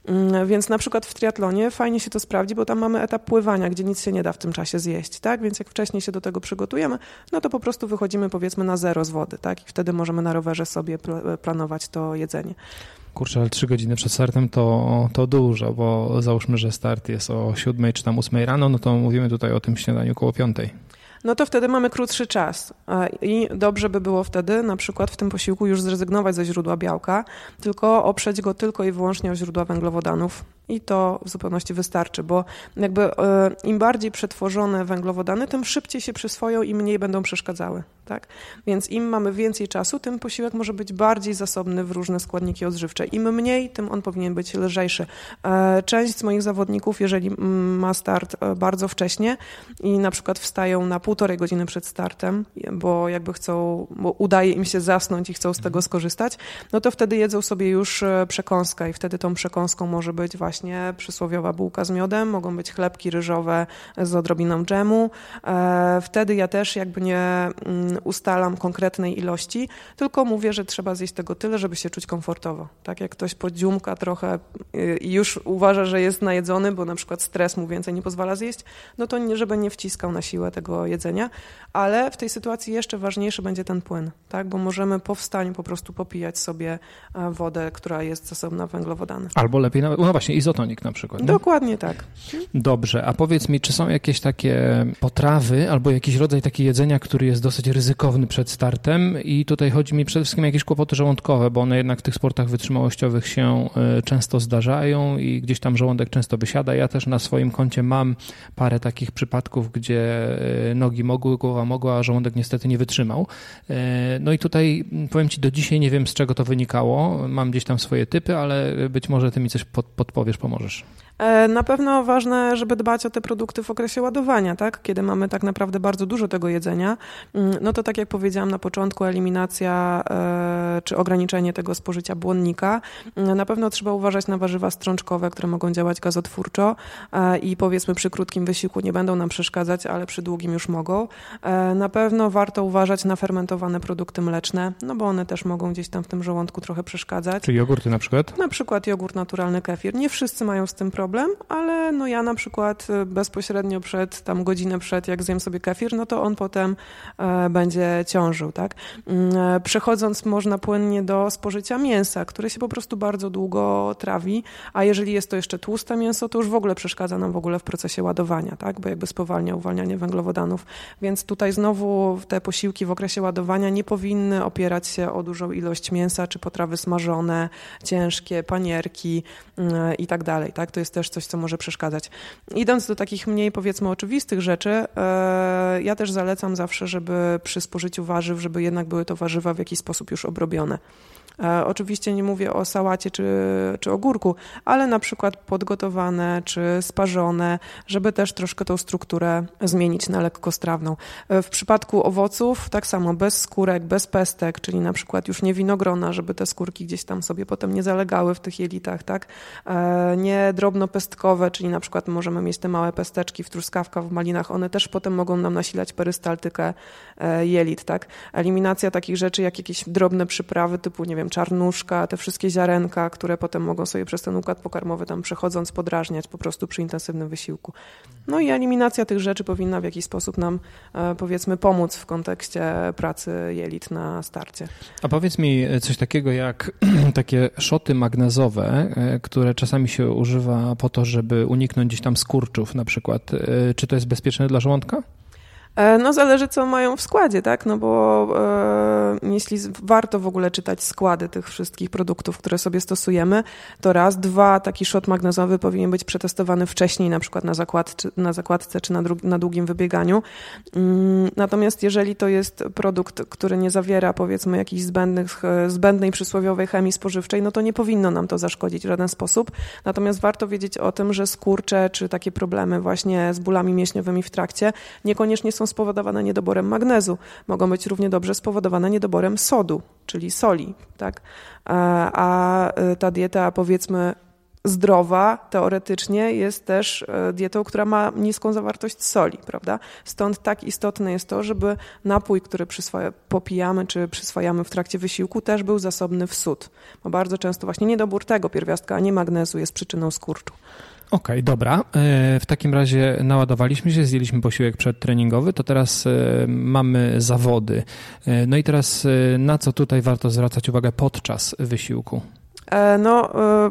Więc na przykład w triatlonie fajnie się to sprawdzi, bo tam mamy etap pływania, gdzie nic się nie da w tym czasie zjeść, tak? Więc jak wcześniej się do tego przygotujemy, no to po prostu wychodzimy powiedzmy na zero z wody, tak? I wtedy możemy na rowerze sobie planować to jedzenie. Kurczę, ale trzy godziny przed startem to, to dużo, bo załóżmy, że start jest o siódmej czy tam ósmej rano, no to mówimy tutaj o tym śniadaniu koło piątej. No to wtedy mamy krótszy czas i dobrze by było wtedy na przykład w tym posiłku już zrezygnować ze źródła białka, tylko oprzeć go tylko i wyłącznie o źródła węglowodanów. I to w zupełności wystarczy, bo jakby im bardziej przetworzone węglowodany, tym szybciej się przyswoją i mniej będą przeszkadzały, tak? Więc im mamy więcej czasu, tym posiłek może być bardziej zasobny w różne składniki odżywcze. Im mniej, tym on powinien być lżejszy. Część z moich zawodników, jeżeli ma start bardzo wcześnie i na przykład wstają na półtorej godziny przed startem, bo jakby chcą, bo udaje im się zasnąć i chcą z tego skorzystać, no to wtedy jedzą sobie już przekąskę i wtedy tą przekąską może być właśnie Właśnie przysłowiowa bułka z miodem, mogą być chlebki ryżowe z odrobiną dżemu. Wtedy ja też jakby nie ustalam konkretnej ilości, tylko mówię, że trzeba zjeść tego tyle, żeby się czuć komfortowo. Tak jak ktoś podziumka trochę i już uważa, że jest najedzony, bo na przykład stres mu więcej nie pozwala zjeść, no to nie, żeby nie wciskał na siłę tego jedzenia, ale w tej sytuacji jeszcze ważniejszy będzie ten płyn, tak? Bo możemy po wstaniu po prostu popijać sobie wodę, która jest zasobna w węglowodany. Albo lepiej nawet, no właśnie, izotonik na przykład. Nie? Dokładnie tak. Dobrze, a powiedz mi, czy są jakieś takie potrawy albo jakiś rodzaj takiego jedzenia, który jest dosyć ryzykowny przed startem i tutaj chodzi mi przede wszystkim o jakieś kłopoty żołądkowe, bo one jednak w tych sportach wytrzymałościowych się często zdarzają i gdzieś tam żołądek często wysiada. Ja też na swoim koncie mam parę takich przypadków, gdzie nogi mogły, głowa mogła, a żołądek niestety nie wytrzymał. No i tutaj powiem Ci, do dzisiaj nie wiem, z czego to wynikało. Mam gdzieś tam swoje typy, ale być może Ty mi coś pod, podpowiesz, pomożesz. Na pewno ważne, żeby dbać o te produkty w okresie ładowania, tak? Kiedy mamy tak naprawdę bardzo dużo tego jedzenia, no to tak jak powiedziałam na początku, eliminacja czy ograniczenie tego spożycia błonnika. Na pewno trzeba uważać na warzywa strączkowe, które mogą działać gazotwórczo i powiedzmy przy krótkim wysiłku nie będą nam przeszkadzać, ale przy długim już mogą. Na pewno warto uważać na fermentowane produkty mleczne, no bo one też mogą gdzieś tam w tym żołądku trochę przeszkadzać. Czyli jogurty na przykład? Na przykład jogurt naturalny, kefir. Nie wszyscy mają z tym problem, ale no ja na przykład bezpośrednio przed, tam godzinę przed, jak zjem sobie kefir, no to on potem e, będzie ciążył, tak? E, przechodząc można płynnie do spożycia mięsa, które się po prostu bardzo długo trawi, a jeżeli jest to jeszcze tłuste mięso, to już w ogóle przeszkadza nam w ogóle w procesie ładowania, tak? Bo jakby spowalnia uwalnianie węglowodanów. Więc tutaj znowu te posiłki w okresie ładowania nie powinny opierać się o dużą ilość mięsa, czy potrawy smażone, ciężkie, panierki e, i tak dalej, tak? To jest też coś, co może przeszkadzać. Idąc do takich mniej, powiedzmy, oczywistych rzeczy, e, ja też zalecam zawsze, żeby przy spożyciu warzyw, żeby jednak były to warzywa w jakiś sposób już obrobione. E, oczywiście nie mówię o sałacie czy, czy ogórku, ale na przykład podgotowane czy sparzone, żeby też troszkę tą strukturę zmienić na lekkostrawną. E, w przypadku owoców tak samo, bez skórek, bez pestek, czyli na przykład już nie winogrona, żeby te skórki gdzieś tam sobie potem nie zalegały w tych jelitach, tak? E, nie drobnopestkowe, czyli na przykład możemy mieć te małe pesteczki w truskawkach, w malinach, one też potem mogą nam nasilać perystaltykę e, jelit, tak? Eliminacja takich rzeczy jak jakieś drobne przyprawy typu, nie wiem, czarnuszka, te wszystkie ziarenka, które potem mogą sobie przez ten układ pokarmowy tam przechodząc podrażniać po prostu przy intensywnym wysiłku. No i eliminacja tych rzeczy powinna w jakiś sposób nam e, powiedzmy pomóc w kontekście pracy jelit na starcie. A powiedz mi coś takiego jak takie szoty magnezowe, które czasami się używa po to, żeby uniknąć gdzieś tam skurczów na przykład. Czy to jest bezpieczne dla żołądka? No zależy, co mają w składzie, tak? No bo e, jeśli warto w ogóle czytać składy tych wszystkich produktów, które sobie stosujemy, to raz, dwa, taki szot magnezowy powinien być przetestowany wcześniej, na przykład na, zakład, czy, na zakładce czy na, dru, na długim wybieganiu. Mm, natomiast jeżeli to jest produkt, który nie zawiera powiedzmy jakiejś zbędnych, zbędnej przysłowiowej chemii spożywczej, no to nie powinno nam to zaszkodzić w żaden sposób. Natomiast warto wiedzieć o tym, że skurcze czy takie problemy właśnie z bólami mięśniowymi w trakcie niekoniecznie są spowodowane niedoborem magnezu. Mogą być równie dobrze spowodowane niedoborem sodu, czyli soli, tak? A ta dieta, powiedzmy, zdrowa teoretycznie jest też dietą, która ma niską zawartość soli, prawda? Stąd tak istotne jest to, żeby napój, który przyswaja, popijamy czy przyswajamy w trakcie wysiłku, też był zasobny w sód. Bo bardzo często właśnie niedobór tego pierwiastka, a nie magnezu jest przyczyną skurczu. Okej, okay, dobra. W takim razie naładowaliśmy się, zjedliśmy posiłek przedtreningowy, to teraz mamy zawody. No i teraz na co tutaj warto zwracać uwagę podczas wysiłku? No,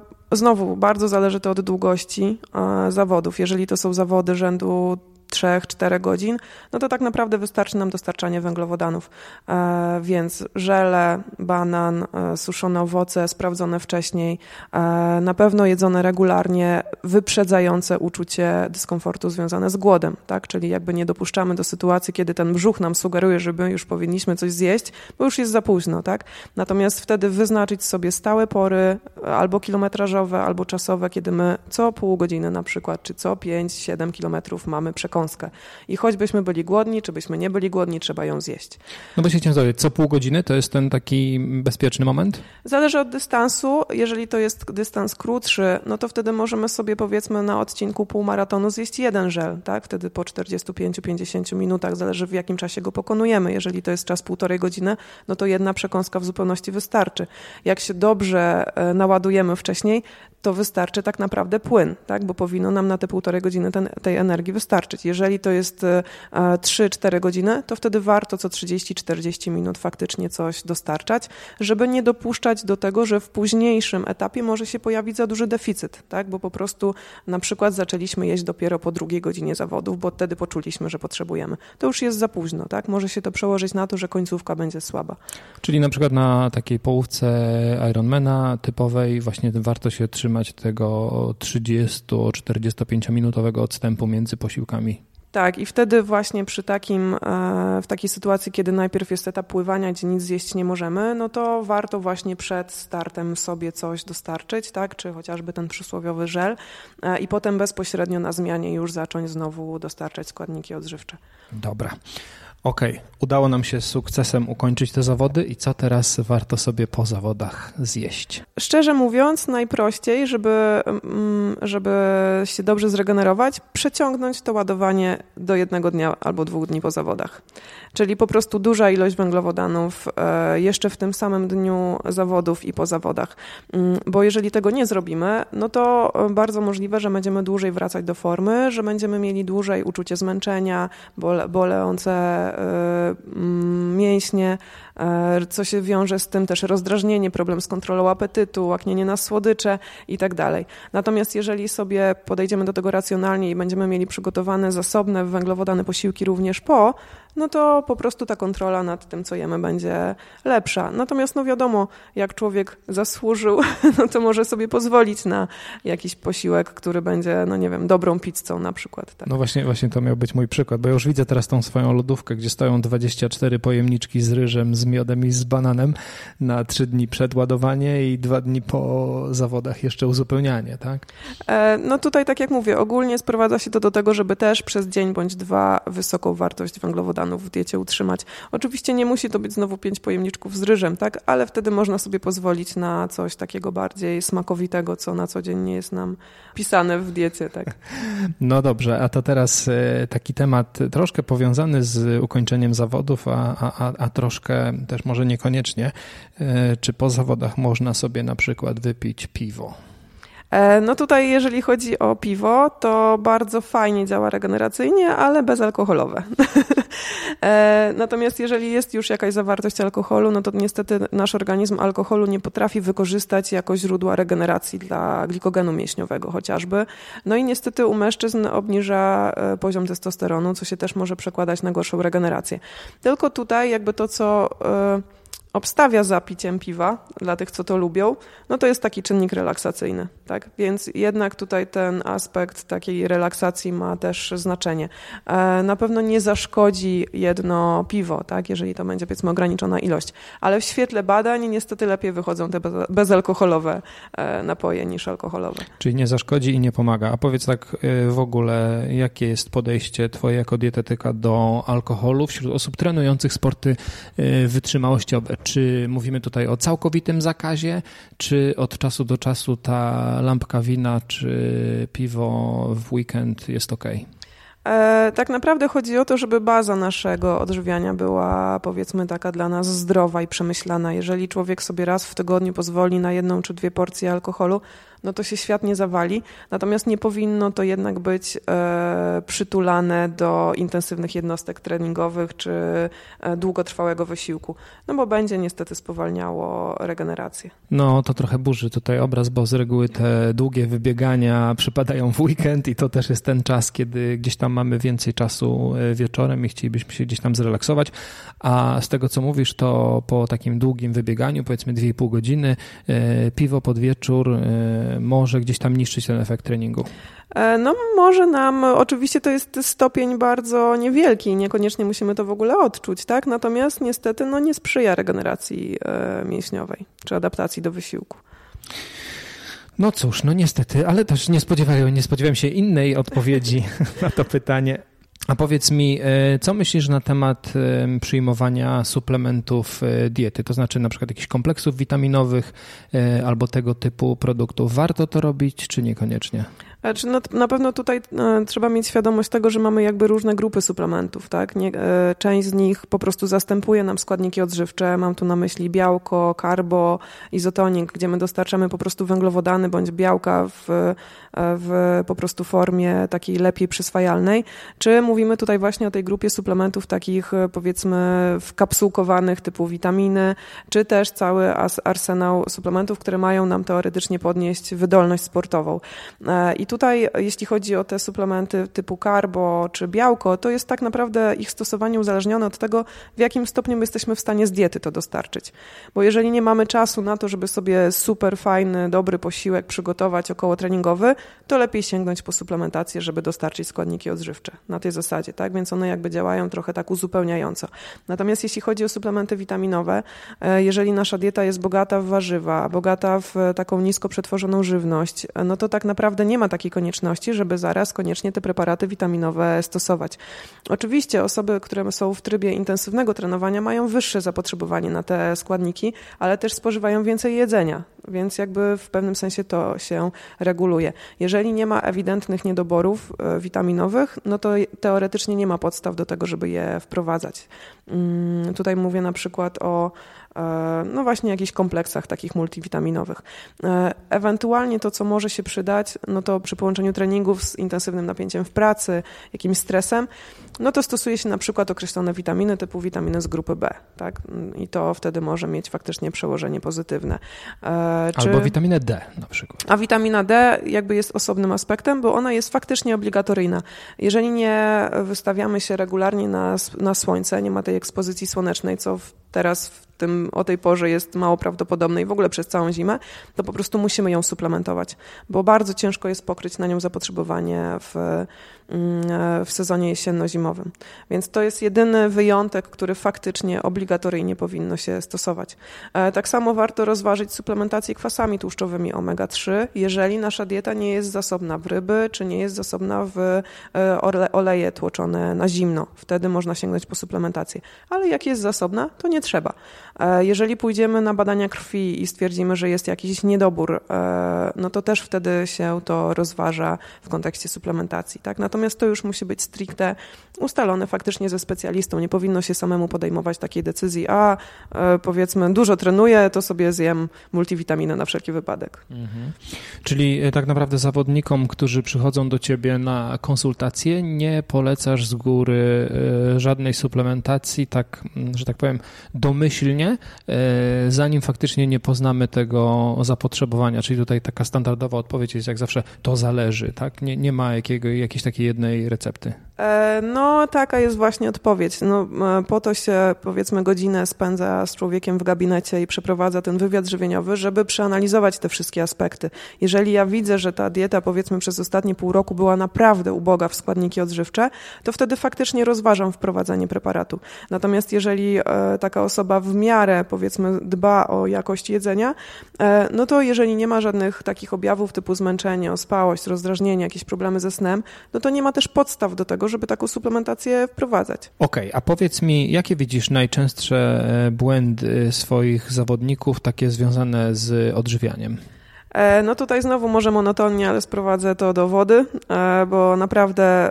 znowu bardzo zależy to od długości zawodów. Jeżeli to są zawody rzędu trzech, czterech godzin, no to tak naprawdę wystarczy nam dostarczanie węglowodanów. E, więc żele, banan, e, suszone owoce, sprawdzone wcześniej, e, na pewno jedzone regularnie, wyprzedzające uczucie dyskomfortu związane z głodem, tak? Czyli jakby nie dopuszczamy do sytuacji, kiedy ten brzuch nam sugeruje, że my już powinniśmy coś zjeść, bo już jest za późno, tak? Natomiast wtedy wyznaczyć sobie stałe pory, albo kilometrażowe, albo czasowe, kiedy my co pół godziny na przykład, czy co pięć, siedem kilometrów mamy przekąskę. I choćbyśmy byli głodni, czy byśmy nie byli głodni, trzeba ją zjeść. No bo się chciałem zapytać, co pół godziny to jest ten taki bezpieczny moment? Zależy od dystansu. Jeżeli to jest dystans krótszy, no to wtedy możemy sobie powiedzmy na odcinku półmaratonu zjeść jeden żel, tak? Wtedy po czterdziestu pięciu do pięćdziesięciu minutach, zależy w jakim czasie go pokonujemy. Jeżeli to jest czas półtorej godziny, no to jedna przekąska w zupełności wystarczy. Jak się dobrze naładujemy wcześniej, to wystarczy tak naprawdę płyn, tak? Bo powinno nam na te półtorej godziny ten, tej energii wystarczyć. Jeżeli to jest trzy cztery godziny, to wtedy warto co trzydzieści czterdzieści minut faktycznie coś dostarczać, żeby nie dopuszczać do tego, że w późniejszym etapie może się pojawić za duży deficyt, tak? Bo po prostu na przykład zaczęliśmy jeść dopiero po drugiej godzinie zawodów, bo wtedy poczuliśmy, że potrzebujemy. To już jest za późno, tak? Może się to przełożyć na to, że końcówka będzie słaba. Czyli na przykład na takiej połówce Ironmana typowej właśnie warto się trzymać tego trzydziesto czterdziesto pięć minutowego odstępu między posiłkami. Tak, i wtedy właśnie przy takim, w takiej sytuacji, kiedy najpierw jest etap pływania, gdzie nic zjeść nie możemy, no to warto właśnie przed startem sobie coś dostarczyć, tak, czy chociażby ten przysłowiowy żel i potem bezpośrednio na zmianie już zacząć znowu dostarczać składniki odżywcze. Dobra. Okej, okay. Udało nam się z sukcesem ukończyć te zawody i co teraz warto sobie po zawodach zjeść? Szczerze mówiąc, najprościej, żeby, żeby się dobrze zregenerować, przeciągnąć to ładowanie do jednego dnia albo dwóch dni po zawodach. Czyli po prostu duża ilość węglowodanów jeszcze w tym samym dniu zawodów i po zawodach. Bo jeżeli tego nie zrobimy, no to bardzo możliwe, że będziemy dłużej wracać do formy, że będziemy mieli dłużej uczucie zmęczenia, bole, boleące mięśnie, co się wiąże z tym też rozdrażnienie, problem z kontrolą apetytu, łaknienie na słodycze i tak dalej. Natomiast jeżeli sobie podejdziemy do tego racjonalnie i będziemy mieli przygotowane zasobne węglowodany posiłki również po, no to po prostu ta kontrola nad tym, co jemy, będzie lepsza. Natomiast no wiadomo, jak człowiek zasłużył, no to może sobie pozwolić na jakiś posiłek, który będzie, no nie wiem, dobrą pizzą na przykład. Tak. No właśnie, właśnie to miał być mój przykład, bo ja już widzę teraz tą swoją lodówkę, gdzie stoją dwadzieścia cztery pojemniczki z ryżem, z miodem i z bananem na trzy dni przed ładowanie i dwa dni po zawodach jeszcze uzupełnianie, tak? E, no tutaj, tak jak mówię, ogólnie sprowadza się to do tego, żeby też przez dzień bądź dwa wysoką wartość węglowodanów w diecie utrzymać. Oczywiście nie musi to być znowu pięć pojemniczków z ryżem, tak? Ale wtedy można sobie pozwolić na coś takiego bardziej smakowitego, co na co dzień nie jest nam pisane w diecie, tak? No dobrze, a to teraz taki temat troszkę powiązany z ukończeniem zawodów, a, a, a troszkę też może niekoniecznie. Czy po zawodach można sobie na przykład wypić piwo? No tutaj jeżeli chodzi o piwo, to bardzo fajnie działa regeneracyjnie, ale bezalkoholowe. Natomiast jeżeli jest już jakaś zawartość alkoholu, no to niestety nasz organizm alkoholu nie potrafi wykorzystać jako źródła regeneracji dla glikogenu mięśniowego chociażby. No i niestety u mężczyzn obniża poziom testosteronu, co się też może przekładać na gorszą regenerację. Tylko tutaj jakby to, co obstawia za piciem piwa, dla tych, co to lubią, no to jest taki czynnik relaksacyjny, tak? Więc jednak tutaj ten aspekt takiej relaksacji ma też znaczenie. Na pewno nie zaszkodzi jedno piwo, tak? Jeżeli to będzie, powiedzmy, ograniczona ilość, ale w świetle badań niestety lepiej wychodzą te bezalkoholowe napoje niż alkoholowe. Czyli nie zaszkodzi i nie pomaga. A powiedz tak w ogóle, jakie jest podejście twoje jako dietetyka do alkoholu wśród osób trenujących sporty wytrzymałościowe? Czy mówimy tutaj o całkowitym zakazie, czy od czasu do czasu ta lampka wina czy piwo w weekend jest okej? Tak naprawdę chodzi o to, żeby baza naszego odżywiania była, powiedzmy, taka dla nas zdrowa i przemyślana. Jeżeli człowiek sobie raz w tygodniu pozwoli na jedną czy dwie porcje alkoholu, no to się świat nie zawali. Natomiast nie powinno to jednak być e, przytulane do intensywnych jednostek treningowych czy e, długotrwałego wysiłku, no bo będzie niestety spowalniało regenerację. No to trochę burzy tutaj obraz, bo z reguły te długie wybiegania przypadają w weekend i to też jest ten czas, kiedy gdzieś tam mamy więcej czasu wieczorem i chcielibyśmy się gdzieś tam zrelaksować, a z tego co mówisz, to po takim długim wybieganiu, powiedzmy dwie i pół godziny, e, piwo pod wieczór e, może gdzieś tam niszczyć ten efekt treningu. No może nam, oczywiście to jest stopień bardzo niewielki, niekoniecznie musimy to w ogóle odczuć, tak? Natomiast niestety no, nie sprzyja regeneracji e, mięśniowej czy adaptacji do wysiłku. No cóż, no niestety, ale też nie spodziewałem, nie spodziewałem się innej odpowiedzi na to pytanie. A powiedz mi, co myślisz na temat przyjmowania suplementów diety, to znaczy na przykład jakichś kompleksów witaminowych albo tego typu produktów. Warto to robić, czy niekoniecznie? Znaczy, no, na pewno tutaj e, trzeba mieć świadomość tego, że mamy jakby różne grupy suplementów, tak? Nie, e, część z nich po prostu zastępuje nam składniki odżywcze, mam tu na myśli białko, karbo, izotonik, gdzie my dostarczamy po prostu węglowodany bądź białka w, w po prostu formie takiej lepiej przyswajalnej, czy mówimy tutaj właśnie o tej grupie suplementów takich, powiedzmy, wkapsułkowanych typu witaminy, czy też cały as, arsenał suplementów, które mają nam teoretycznie podnieść wydolność sportową. E, I I tutaj, jeśli chodzi o te suplementy typu karbo czy białko, to jest tak naprawdę ich stosowanie uzależnione od tego, w jakim stopniu my jesteśmy w stanie z diety to dostarczyć. Bo jeżeli nie mamy czasu na to, żeby sobie super fajny, dobry posiłek przygotować okołotreningowy, to lepiej sięgnąć po suplementację, żeby dostarczyć składniki odżywcze na tej zasadzie, tak? Więc one jakby działają trochę tak uzupełniająco. Natomiast jeśli chodzi o suplementy witaminowe, jeżeli nasza dieta jest bogata w warzywa, bogata w taką nisko przetworzoną żywność, no to tak naprawdę nie ma takiej konieczności, żeby zaraz koniecznie te preparaty witaminowe stosować. Oczywiście osoby, które są w trybie intensywnego trenowania, mają wyższe zapotrzebowanie na te składniki, ale też spożywają więcej jedzenia, więc jakby w pewnym sensie to się reguluje. Jeżeli nie ma ewidentnych niedoborów witaminowych, no to teoretycznie nie ma podstaw do tego, żeby je wprowadzać. Tutaj mówię na przykład o no właśnie jakichś kompleksach takich multivitaminowych. Ewentualnie to, co może się przydać, no to przy połączeniu treningów z intensywnym napięciem w pracy, jakimś stresem, no to stosuje się na przykład określone witaminy typu witaminy z grupy B, tak? I to wtedy może mieć faktycznie przełożenie pozytywne. Czy... Albo witaminę D na przykład. A witamina D jakby jest osobnym aspektem, bo ona jest faktycznie obligatoryjna. Jeżeli nie wystawiamy się regularnie na, na słońce, nie ma tej ekspozycji słonecznej, co w, teraz w tym, o tej porze jest mało prawdopodobne i w ogóle przez całą zimę, to po prostu musimy ją suplementować, bo bardzo ciężko jest pokryć na nią zapotrzebowanie w, w sezonie jesienno-zimowym. Więc to jest jedyny wyjątek, który faktycznie obligatoryjnie powinno się stosować. Tak samo warto rozważyć suplementację kwasami tłuszczowymi omega trzy, jeżeli nasza dieta nie jest zasobna w ryby, czy nie jest zasobna w oleje tłoczone na zimno. Wtedy można sięgnąć po suplementację. Ale jak jest zasobna, to nie trzeba. Jeżeli pójdziemy na badania krwi i stwierdzimy, że jest jakiś niedobór, no to też wtedy się to rozważa w kontekście suplementacji, tak? Natomiast to już musi być stricte ustalone faktycznie ze specjalistą. Nie powinno się samemu podejmować takiej decyzji, a powiedzmy dużo trenuję, to sobie zjem multivitaminę na wszelki wypadek. Mhm. Czyli tak naprawdę zawodnikom, którzy przychodzą do ciebie na konsultacje, nie polecasz z góry żadnej suplementacji, tak, że tak powiem, domyślnie, zanim faktycznie nie poznamy tego zapotrzebowania, czyli tutaj taka standardowa odpowiedź jest jak zawsze, to zależy, tak? Nie, nie ma jakiego, jakiejś takiej jednej recepty. No taka jest właśnie odpowiedź. No, po to się powiedzmy godzinę spędza z człowiekiem w gabinecie i przeprowadza ten wywiad żywieniowy, żeby przeanalizować te wszystkie aspekty. Jeżeli ja widzę, że ta dieta powiedzmy przez ostatnie pół roku była naprawdę uboga w składniki odżywcze, to wtedy faktycznie rozważam wprowadzenie preparatu. Natomiast jeżeli taka osoba w miarę powiedzmy dba o jakość jedzenia, no to jeżeli nie ma żadnych takich objawów typu zmęczenie, ospałość, rozdrażnienie, jakieś problemy ze snem, no to nie ma też podstaw do tego, żeby taką suplementację wprowadzać. Okej, okay, a powiedz mi, jakie widzisz najczęstsze błędy swoich zawodników, takie związane z odżywianiem? No tutaj znowu może monotonnie, ale sprowadzę to do wody, bo naprawdę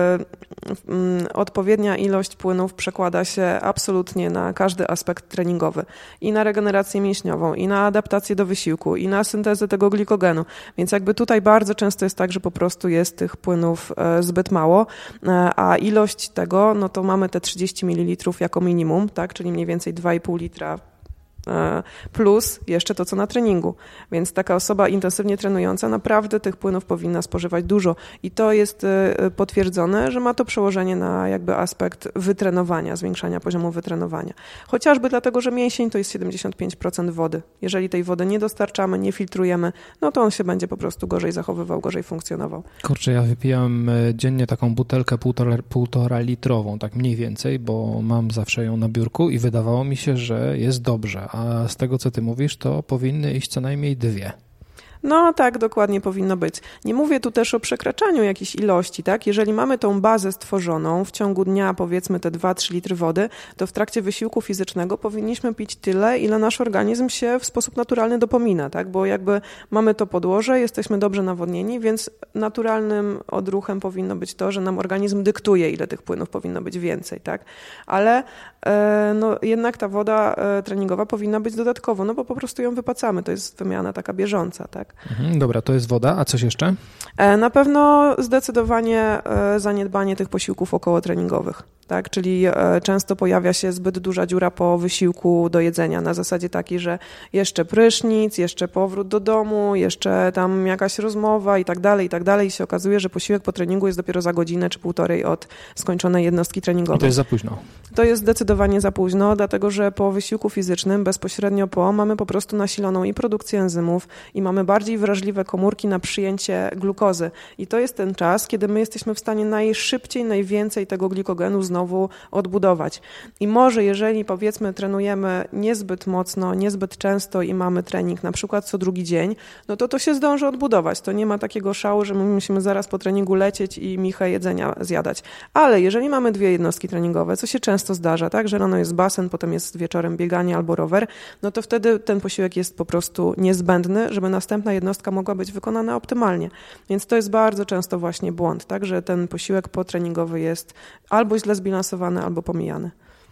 odpowiednia ilość płynów przekłada się absolutnie na każdy aspekt treningowy. I na regenerację mięśniową, i na adaptację do wysiłku, i na syntezę tego glikogenu. Więc jakby tutaj bardzo często jest tak, że po prostu jest tych płynów zbyt mało, a ilość tego, no to mamy te trzydzieści mililitrów jako minimum, tak, czyli mniej więcej dwa i pół litra plus jeszcze to, co na treningu. Więc taka osoba intensywnie trenująca naprawdę tych płynów powinna spożywać dużo. I to jest potwierdzone, że ma to przełożenie na jakby aspekt wytrenowania, zwiększania poziomu wytrenowania. Chociażby dlatego, że mięsień to jest siedemdziesiąt pięć procent wody. Jeżeli tej wody nie dostarczamy, nie filtrujemy, no to on się będzie po prostu gorzej zachowywał, gorzej funkcjonował. Kurczę, ja wypijam dziennie taką butelkę półtora, półtora litrową, tak mniej więcej, bo mam zawsze ją na biurku i wydawało mi się, że jest dobrze. A z tego, co ty mówisz, to powinny iść co najmniej dwie. No tak, dokładnie powinno być. Nie mówię tu też o przekraczaniu jakiejś ilości, tak? Jeżeli mamy tą bazę stworzoną w ciągu dnia, powiedzmy te dwa trzy litry wody, to w trakcie wysiłku fizycznego powinniśmy pić tyle, ile nasz organizm się w sposób naturalny dopomina, tak? Bo jakby mamy to podłoże, jesteśmy dobrze nawodnieni, więc naturalnym odruchem powinno być to, że nam organizm dyktuje, ile tych płynów powinno być więcej, tak? Ale e, no, jednak ta woda e, treningowa powinna być dodatkowo, no bo po prostu ją wypacamy, to jest wymiana taka bieżąca, tak? tak. Mhm, dobra, to jest woda, a coś jeszcze? Na pewno zdecydowanie zaniedbanie tych posiłków okołotreningowych. Tak, czyli często pojawia się zbyt duża dziura po wysiłku do jedzenia na zasadzie takiej, że jeszcze prysznic, jeszcze powrót do domu, jeszcze tam jakaś rozmowa i tak dalej, i tak dalej. I się okazuje, że posiłek po treningu jest dopiero za godzinę czy półtorej od skończonej jednostki treningowej. I to jest za późno. To jest zdecydowanie za późno, dlatego że po wysiłku fizycznym, bezpośrednio po, mamy po prostu nasiloną i produkcję enzymów i mamy bardziej wrażliwe komórki na przyjęcie glukozy. I to jest ten czas, kiedy my jesteśmy w stanie najszybciej, najwięcej tego glikogenu znowu znowu odbudować. I może jeżeli powiedzmy trenujemy niezbyt mocno, niezbyt często i mamy trening na przykład co drugi dzień, no to to się zdąży odbudować. To nie ma takiego szału, że my musimy zaraz po treningu lecieć i michę jedzenia zjadać. Ale jeżeli mamy dwie jednostki treningowe, co się często zdarza, tak, że rano jest basen, potem jest wieczorem bieganie albo rower, no to wtedy ten posiłek jest po prostu niezbędny, żeby następna jednostka mogła być wykonana optymalnie. Więc to jest bardzo często właśnie błąd, tak, że ten posiłek potreningowy jest albo źle zbilansowany, albo pomijany.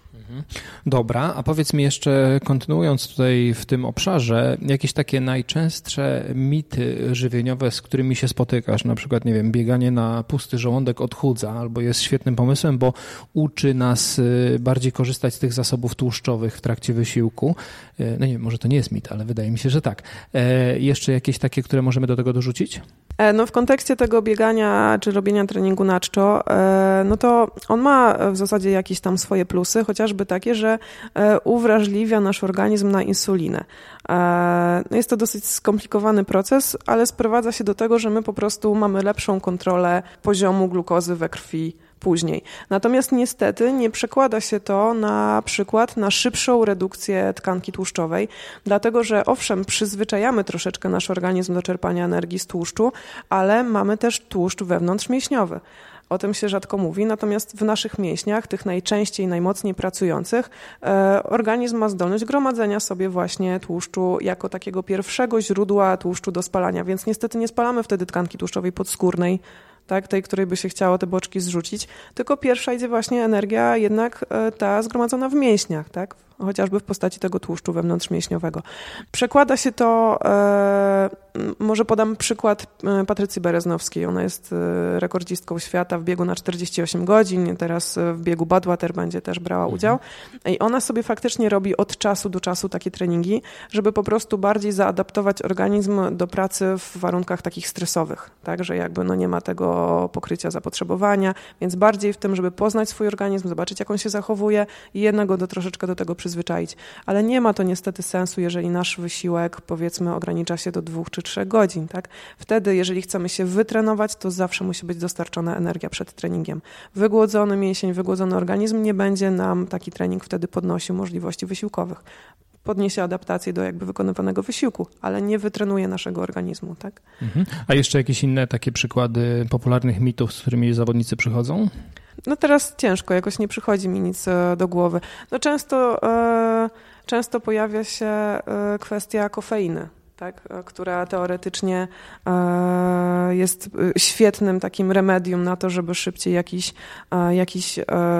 Dobra, a powiedz mi jeszcze, kontynuując tutaj w tym obszarze, jakieś takie najczęstsze mity żywieniowe, z którymi się spotykasz, na przykład, nie wiem, bieganie na pusty żołądek odchudza, albo jest świetnym pomysłem, bo uczy nas bardziej korzystać z tych zasobów tłuszczowych w trakcie wysiłku. No nie wiem, może to nie jest mit, ale wydaje mi się, że tak. E, jeszcze jakieś takie, które możemy do tego dorzucić? No w kontekście tego biegania czy robienia treningu na czczo, no to on ma w zasadzie jakieś tam swoje plusy, chociażby takie, że uwrażliwia nasz organizm na insulinę. Jest to dosyć skomplikowany proces, ale sprowadza się do tego, że my po prostu mamy lepszą kontrolę poziomu glukozy we krwi później. Natomiast niestety nie przekłada się to na przykład na szybszą redukcję tkanki tłuszczowej, dlatego że owszem, przyzwyczajamy troszeczkę nasz organizm do czerpania energii z tłuszczu, ale mamy też tłuszcz wewnątrzmięśniowy. O tym się rzadko mówi, natomiast w naszych mięśniach, tych najczęściej, najmocniej pracujących, e, organizm ma zdolność gromadzenia sobie właśnie tłuszczu jako takiego pierwszego źródła tłuszczu do spalania, więc niestety nie spalamy wtedy tkanki tłuszczowej podskórnej, tak, tej, której by się chciało te boczki zrzucić, tylko pierwsza idzie właśnie energia jednak e, ta zgromadzona w mięśniach, tak, chociażby w postaci tego tłuszczu wewnątrzmięśniowego. Przekłada się to, e, może podam przykład Patrycji Bereznowskiej. Ona jest rekordzistką świata w biegu na czterdzieści osiem godzin, teraz w biegu Badwater będzie też brała udział. I ona sobie faktycznie robi od czasu do czasu takie treningi, żeby po prostu bardziej zaadaptować organizm do pracy w warunkach takich stresowych, tak, że jakby no nie ma tego pokrycia zapotrzebowania, więc bardziej w tym, żeby poznać swój organizm, zobaczyć jak on się zachowuje i jednak go do, troszeczkę do tego przyzwyczaić. Ale nie ma to niestety sensu, jeżeli nasz wysiłek, powiedzmy, ogranicza się do dwóch czy trzech godzin, tak? Wtedy, jeżeli chcemy się wytrenować, to zawsze musi być dostarczona energia przed treningiem. Wygłodzony mięsień, wygłodzony organizm nie będzie nam taki trening wtedy podnosił możliwości wysiłkowych. Podniesie adaptację do jakby wykonywanego wysiłku, ale nie wytrenuje naszego organizmu, tak? Mhm. A jeszcze jakieś inne takie przykłady popularnych mitów, z którymi zawodnicy przychodzą? No teraz ciężko, jakoś nie przychodzi mi nic do głowy. No często, e, często pojawia się e, kwestia kofeiny, tak, która teoretycznie e, jest świetnym takim remedium na to, żeby szybciej jakiś, e, jakiś e,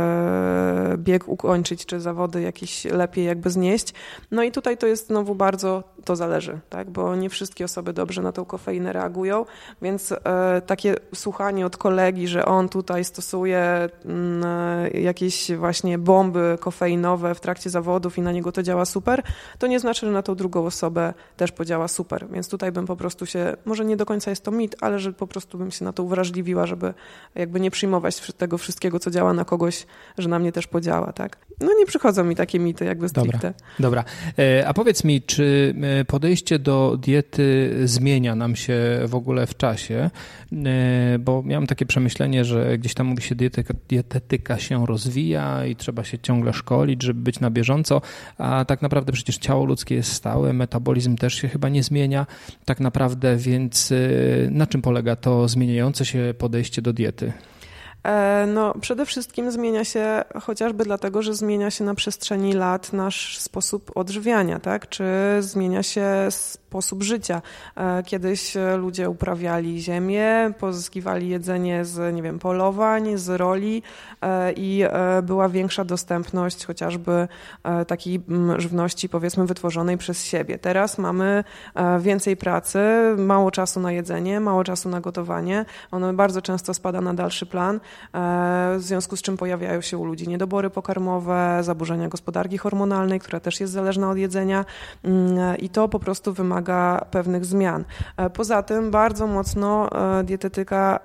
bieg ukończyć, czy zawody jakieś lepiej jakby znieść. No i tutaj to jest znowu bardzo, to zależy, tak, bo nie wszystkie osoby dobrze na tą kofeinę reagują, więc e, takie słuchanie od kolegi, że on tutaj stosuje m, jakieś właśnie bomby kofeinowe w trakcie zawodów i na niego to działa super, to nie znaczy, że na tą drugą osobę też podziała super, więc tutaj bym po prostu się, może nie do końca jest to mit, ale że po prostu bym się na to uwrażliwiła, żeby jakby nie przyjmować tego wszystkiego, co działa na kogoś, że na mnie też podziała, tak? No nie przychodzą mi takie mity jakby stricte. Dobra, dobra. A powiedz mi, czy podejście do diety zmienia nam się w ogóle w czasie? Bo miałem takie przemyślenie, że gdzieś tam mówi się, dietyka, dietetyka się rozwija i trzeba się ciągle szkolić, żeby być na bieżąco, a tak naprawdę przecież ciało ludzkie jest stałe, metabolizm też się chyba nie zmienia tak naprawdę, więc na czym polega to zmieniające się podejście do diety? No, przede wszystkim zmienia się chociażby dlatego, że zmienia się na przestrzeni lat nasz sposób odżywiania, tak? Czy zmienia się sposób sposób życia. Kiedyś ludzie uprawiali ziemię, pozyskiwali jedzenie z, nie wiem, polowań, z roli i była większa dostępność chociażby takiej żywności, powiedzmy, wytworzonej przez siebie. Teraz mamy więcej pracy, mało czasu na jedzenie, mało czasu na gotowanie. Ono bardzo często spada na dalszy plan, w związku z czym pojawiają się u ludzi niedobory pokarmowe, zaburzenia gospodarki hormonalnej, która też jest zależna od jedzenia i to po prostu wymaga pewnych zmian. Poza tym bardzo mocno dietetyka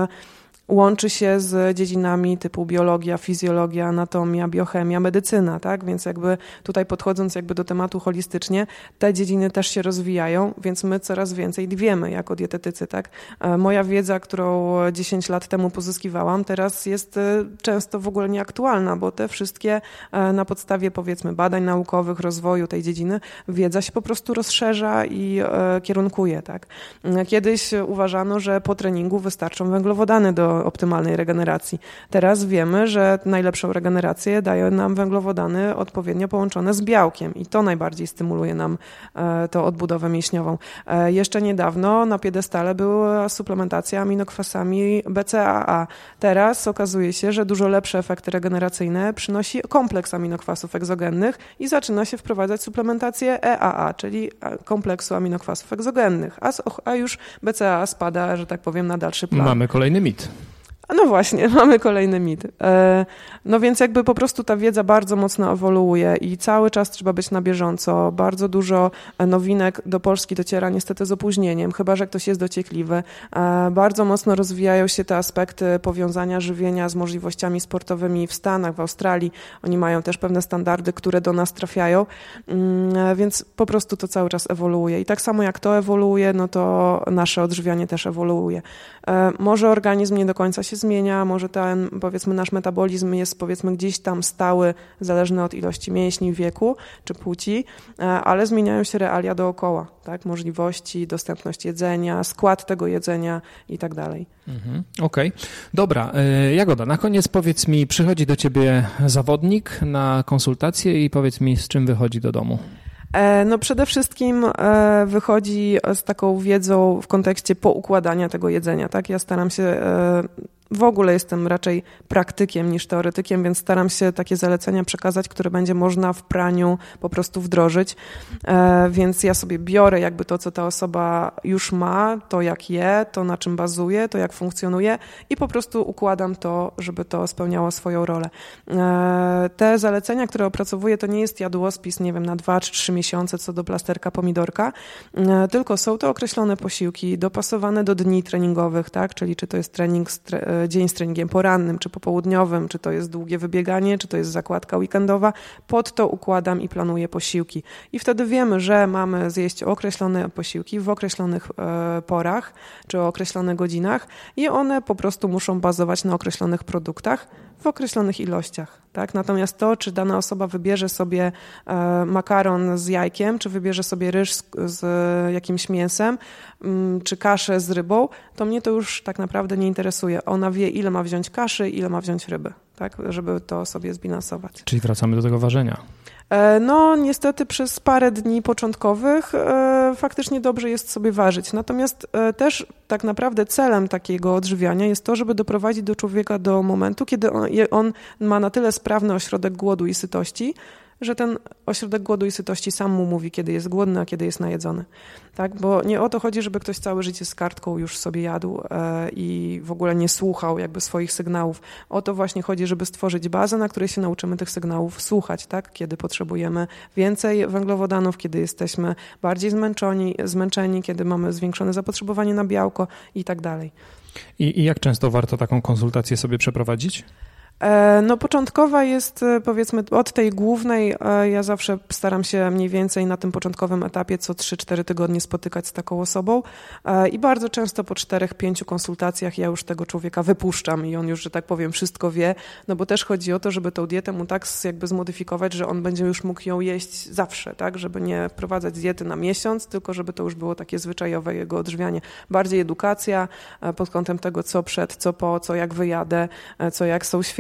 łączy się z dziedzinami typu biologia, fizjologia, anatomia, biochemia, medycyna, tak? Więc jakby tutaj podchodząc jakby do tematu holistycznie, te dziedziny też się rozwijają, więc my coraz więcej wiemy jako dietetycy, tak? Moja wiedza, którą dziesięć lat temu pozyskiwałam, teraz jest często w ogóle nieaktualna, bo te wszystkie na podstawie, powiedzmy, badań naukowych, rozwoju tej dziedziny, wiedza się po prostu rozszerza i kierunkuje, tak? Kiedyś uważano, że po treningu wystarczą węglowodany do optymalnej regeneracji. Teraz wiemy, że najlepszą regenerację dają nam węglowodany odpowiednio połączone z białkiem i to najbardziej stymuluje nam tą odbudowę mięśniową. Jeszcze niedawno na piedestale była suplementacja aminokwasami B C A A. Teraz okazuje się, że dużo lepsze efekty regeneracyjne przynosi kompleks aminokwasów egzogennych i zaczyna się wprowadzać suplementację E A A, czyli kompleksu aminokwasów egzogennych, a, a już B C A A spada, że tak powiem, na dalszy plan. Mamy kolejny mit. No właśnie, mamy kolejny mit. No więc jakby po prostu ta wiedza bardzo mocno ewoluuje i cały czas trzeba być na bieżąco. Bardzo dużo nowinek do Polski dociera niestety z opóźnieniem, chyba że ktoś jest dociekliwy. Bardzo mocno rozwijają się te aspekty powiązania żywienia z możliwościami sportowymi w Stanach, w Australii. Oni mają też pewne standardy, które do nas trafiają, więc po prostu to cały czas ewoluuje. I tak samo jak to ewoluuje, no to nasze odżywianie też ewoluuje. Może organizm nie do końca się zmienia, może ten, powiedzmy, nasz metabolizm jest, powiedzmy, gdzieś tam stały, zależny od ilości mięśni, wieku czy płci, ale zmieniają się realia dookoła, tak? Możliwości, dostępność jedzenia, skład tego jedzenia i tak dalej. Mhm. Okej. Okay. Dobra. Jagoda, na koniec powiedz mi, przychodzi do ciebie zawodnik na konsultację i powiedz mi, z czym wychodzi do domu? No przede wszystkim wychodzi z taką wiedzą w kontekście poukładania tego jedzenia, tak? Ja staram się, w ogóle jestem raczej praktykiem niż teoretykiem, więc staram się takie zalecenia przekazać, które będzie można w praniu po prostu wdrożyć, więc ja sobie biorę jakby to, co ta osoba już ma, to jak je, to na czym bazuje, to jak funkcjonuje i po prostu układam to, żeby to spełniało swoją rolę. Te zalecenia, które opracowuję, to nie jest jadłospis, nie wiem, na dwa czy trzy miesiące co do plasterka pomidorka, tylko są to określone posiłki dopasowane do dni treningowych, tak? Czyli czy to jest trening, dzień z treningiem porannym, czy popołudniowym, czy to jest długie wybieganie, czy to jest zakładka weekendowa. Pod to układam i planuję posiłki. I wtedy wiemy, że mamy zjeść określone posiłki w określonych porach, czy o określonych godzinach i one po prostu muszą bazować na określonych produktach w określonych ilościach. Tak? Natomiast to, czy dana osoba wybierze sobie makaron z jajkiem, czy wybierze sobie ryż z, z jakimś mięsem, czy kaszę z rybą, to mnie to już tak naprawdę nie interesuje. Ona wie, ile ma wziąć kaszy, ile ma wziąć ryby, tak? Żeby to sobie zbilansować. Czyli wracamy do tego ważenia. No niestety przez parę dni początkowych e, faktycznie dobrze jest sobie ważyć. Natomiast e, też tak naprawdę celem takiego odżywiania jest to, żeby doprowadzić do człowieka do momentu, kiedy on, on ma na tyle sprawny ośrodek głodu i sytości, że ten ośrodek głodu i sytości sam mu mówi, kiedy jest głodny, a kiedy jest najedzony. Tak? Bo nie o to chodzi, żeby ktoś całe życie z kartką już sobie jadł e, i w ogóle nie słuchał jakby swoich sygnałów. O to właśnie chodzi, żeby stworzyć bazę, na której się nauczymy tych sygnałów słuchać, tak? Kiedy potrzebujemy więcej węglowodanów, kiedy jesteśmy bardziej zmęczeni, zmęczeni, kiedy mamy zwiększone zapotrzebowanie na białko i tak dalej. I, i jak często warto taką konsultację sobie przeprowadzić? No początkowa jest, powiedzmy, od tej głównej, ja zawsze staram się mniej więcej na tym początkowym etapie co trzy cztery tygodnie spotykać z taką osobą i bardzo często po czterech pięciu konsultacjach ja już tego człowieka wypuszczam i on już, że tak powiem, wszystko wie, no bo też chodzi o to, żeby tą dietę mu tak jakby zmodyfikować, że on będzie już mógł ją jeść zawsze, tak, żeby nie wprowadzać diety na miesiąc, tylko żeby to już było takie zwyczajowe jego odżywianie. Bardziej edukacja pod kątem tego, co przed, co po, co jak wyjadę, co jak są święta,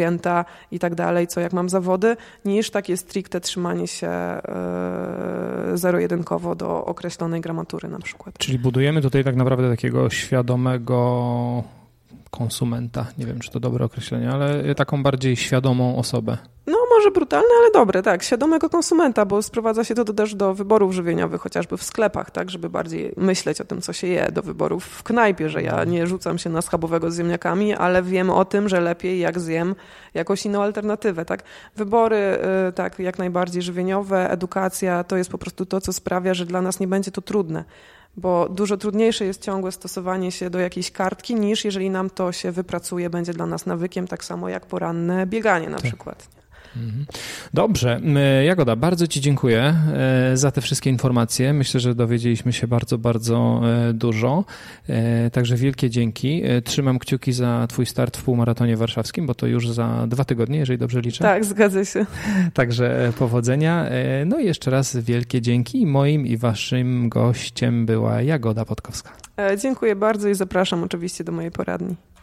święta i tak dalej, co jak mam zawody, niż takie stricte trzymanie się zero-jedynkowo do określonej gramatury na przykład. Czyli budujemy tutaj tak naprawdę takiego świadomego konsumenta. Nie wiem, czy to dobre określenie, ale taką bardziej świadomą osobę. No może brutalne, ale dobre, tak. Świadomego konsumenta, bo sprowadza się to też do wyborów żywieniowych, chociażby w sklepach, tak, żeby bardziej myśleć o tym, co się je, do wyborów w knajpie, że ja nie rzucam się na schabowego z ziemniakami, ale wiem o tym, że lepiej jak zjem jakąś inną alternatywę, tak. Wybory, tak, jak najbardziej żywieniowe, edukacja, to jest po prostu to, co sprawia, że dla nas nie będzie to trudne. Bo dużo trudniejsze jest ciągłe stosowanie się do jakiejś kartki, niż jeżeli nam to się wypracuje, będzie dla nas nawykiem, tak samo jak poranne bieganie na tak. przykład. Dobrze. Jagoda, bardzo Ci dziękuję za te wszystkie informacje. Myślę, że dowiedzieliśmy się bardzo, bardzo dużo. Także wielkie dzięki. Trzymam kciuki za Twój start w półmaratonie warszawskim, bo to już za dwa tygodnie, jeżeli dobrze liczę. Tak, zgadza się. Także powodzenia. No i jeszcze raz wielkie dzięki. Moim i Waszym gościem była Jagoda Podkowska. Dziękuję bardzo i zapraszam oczywiście do mojej poradni.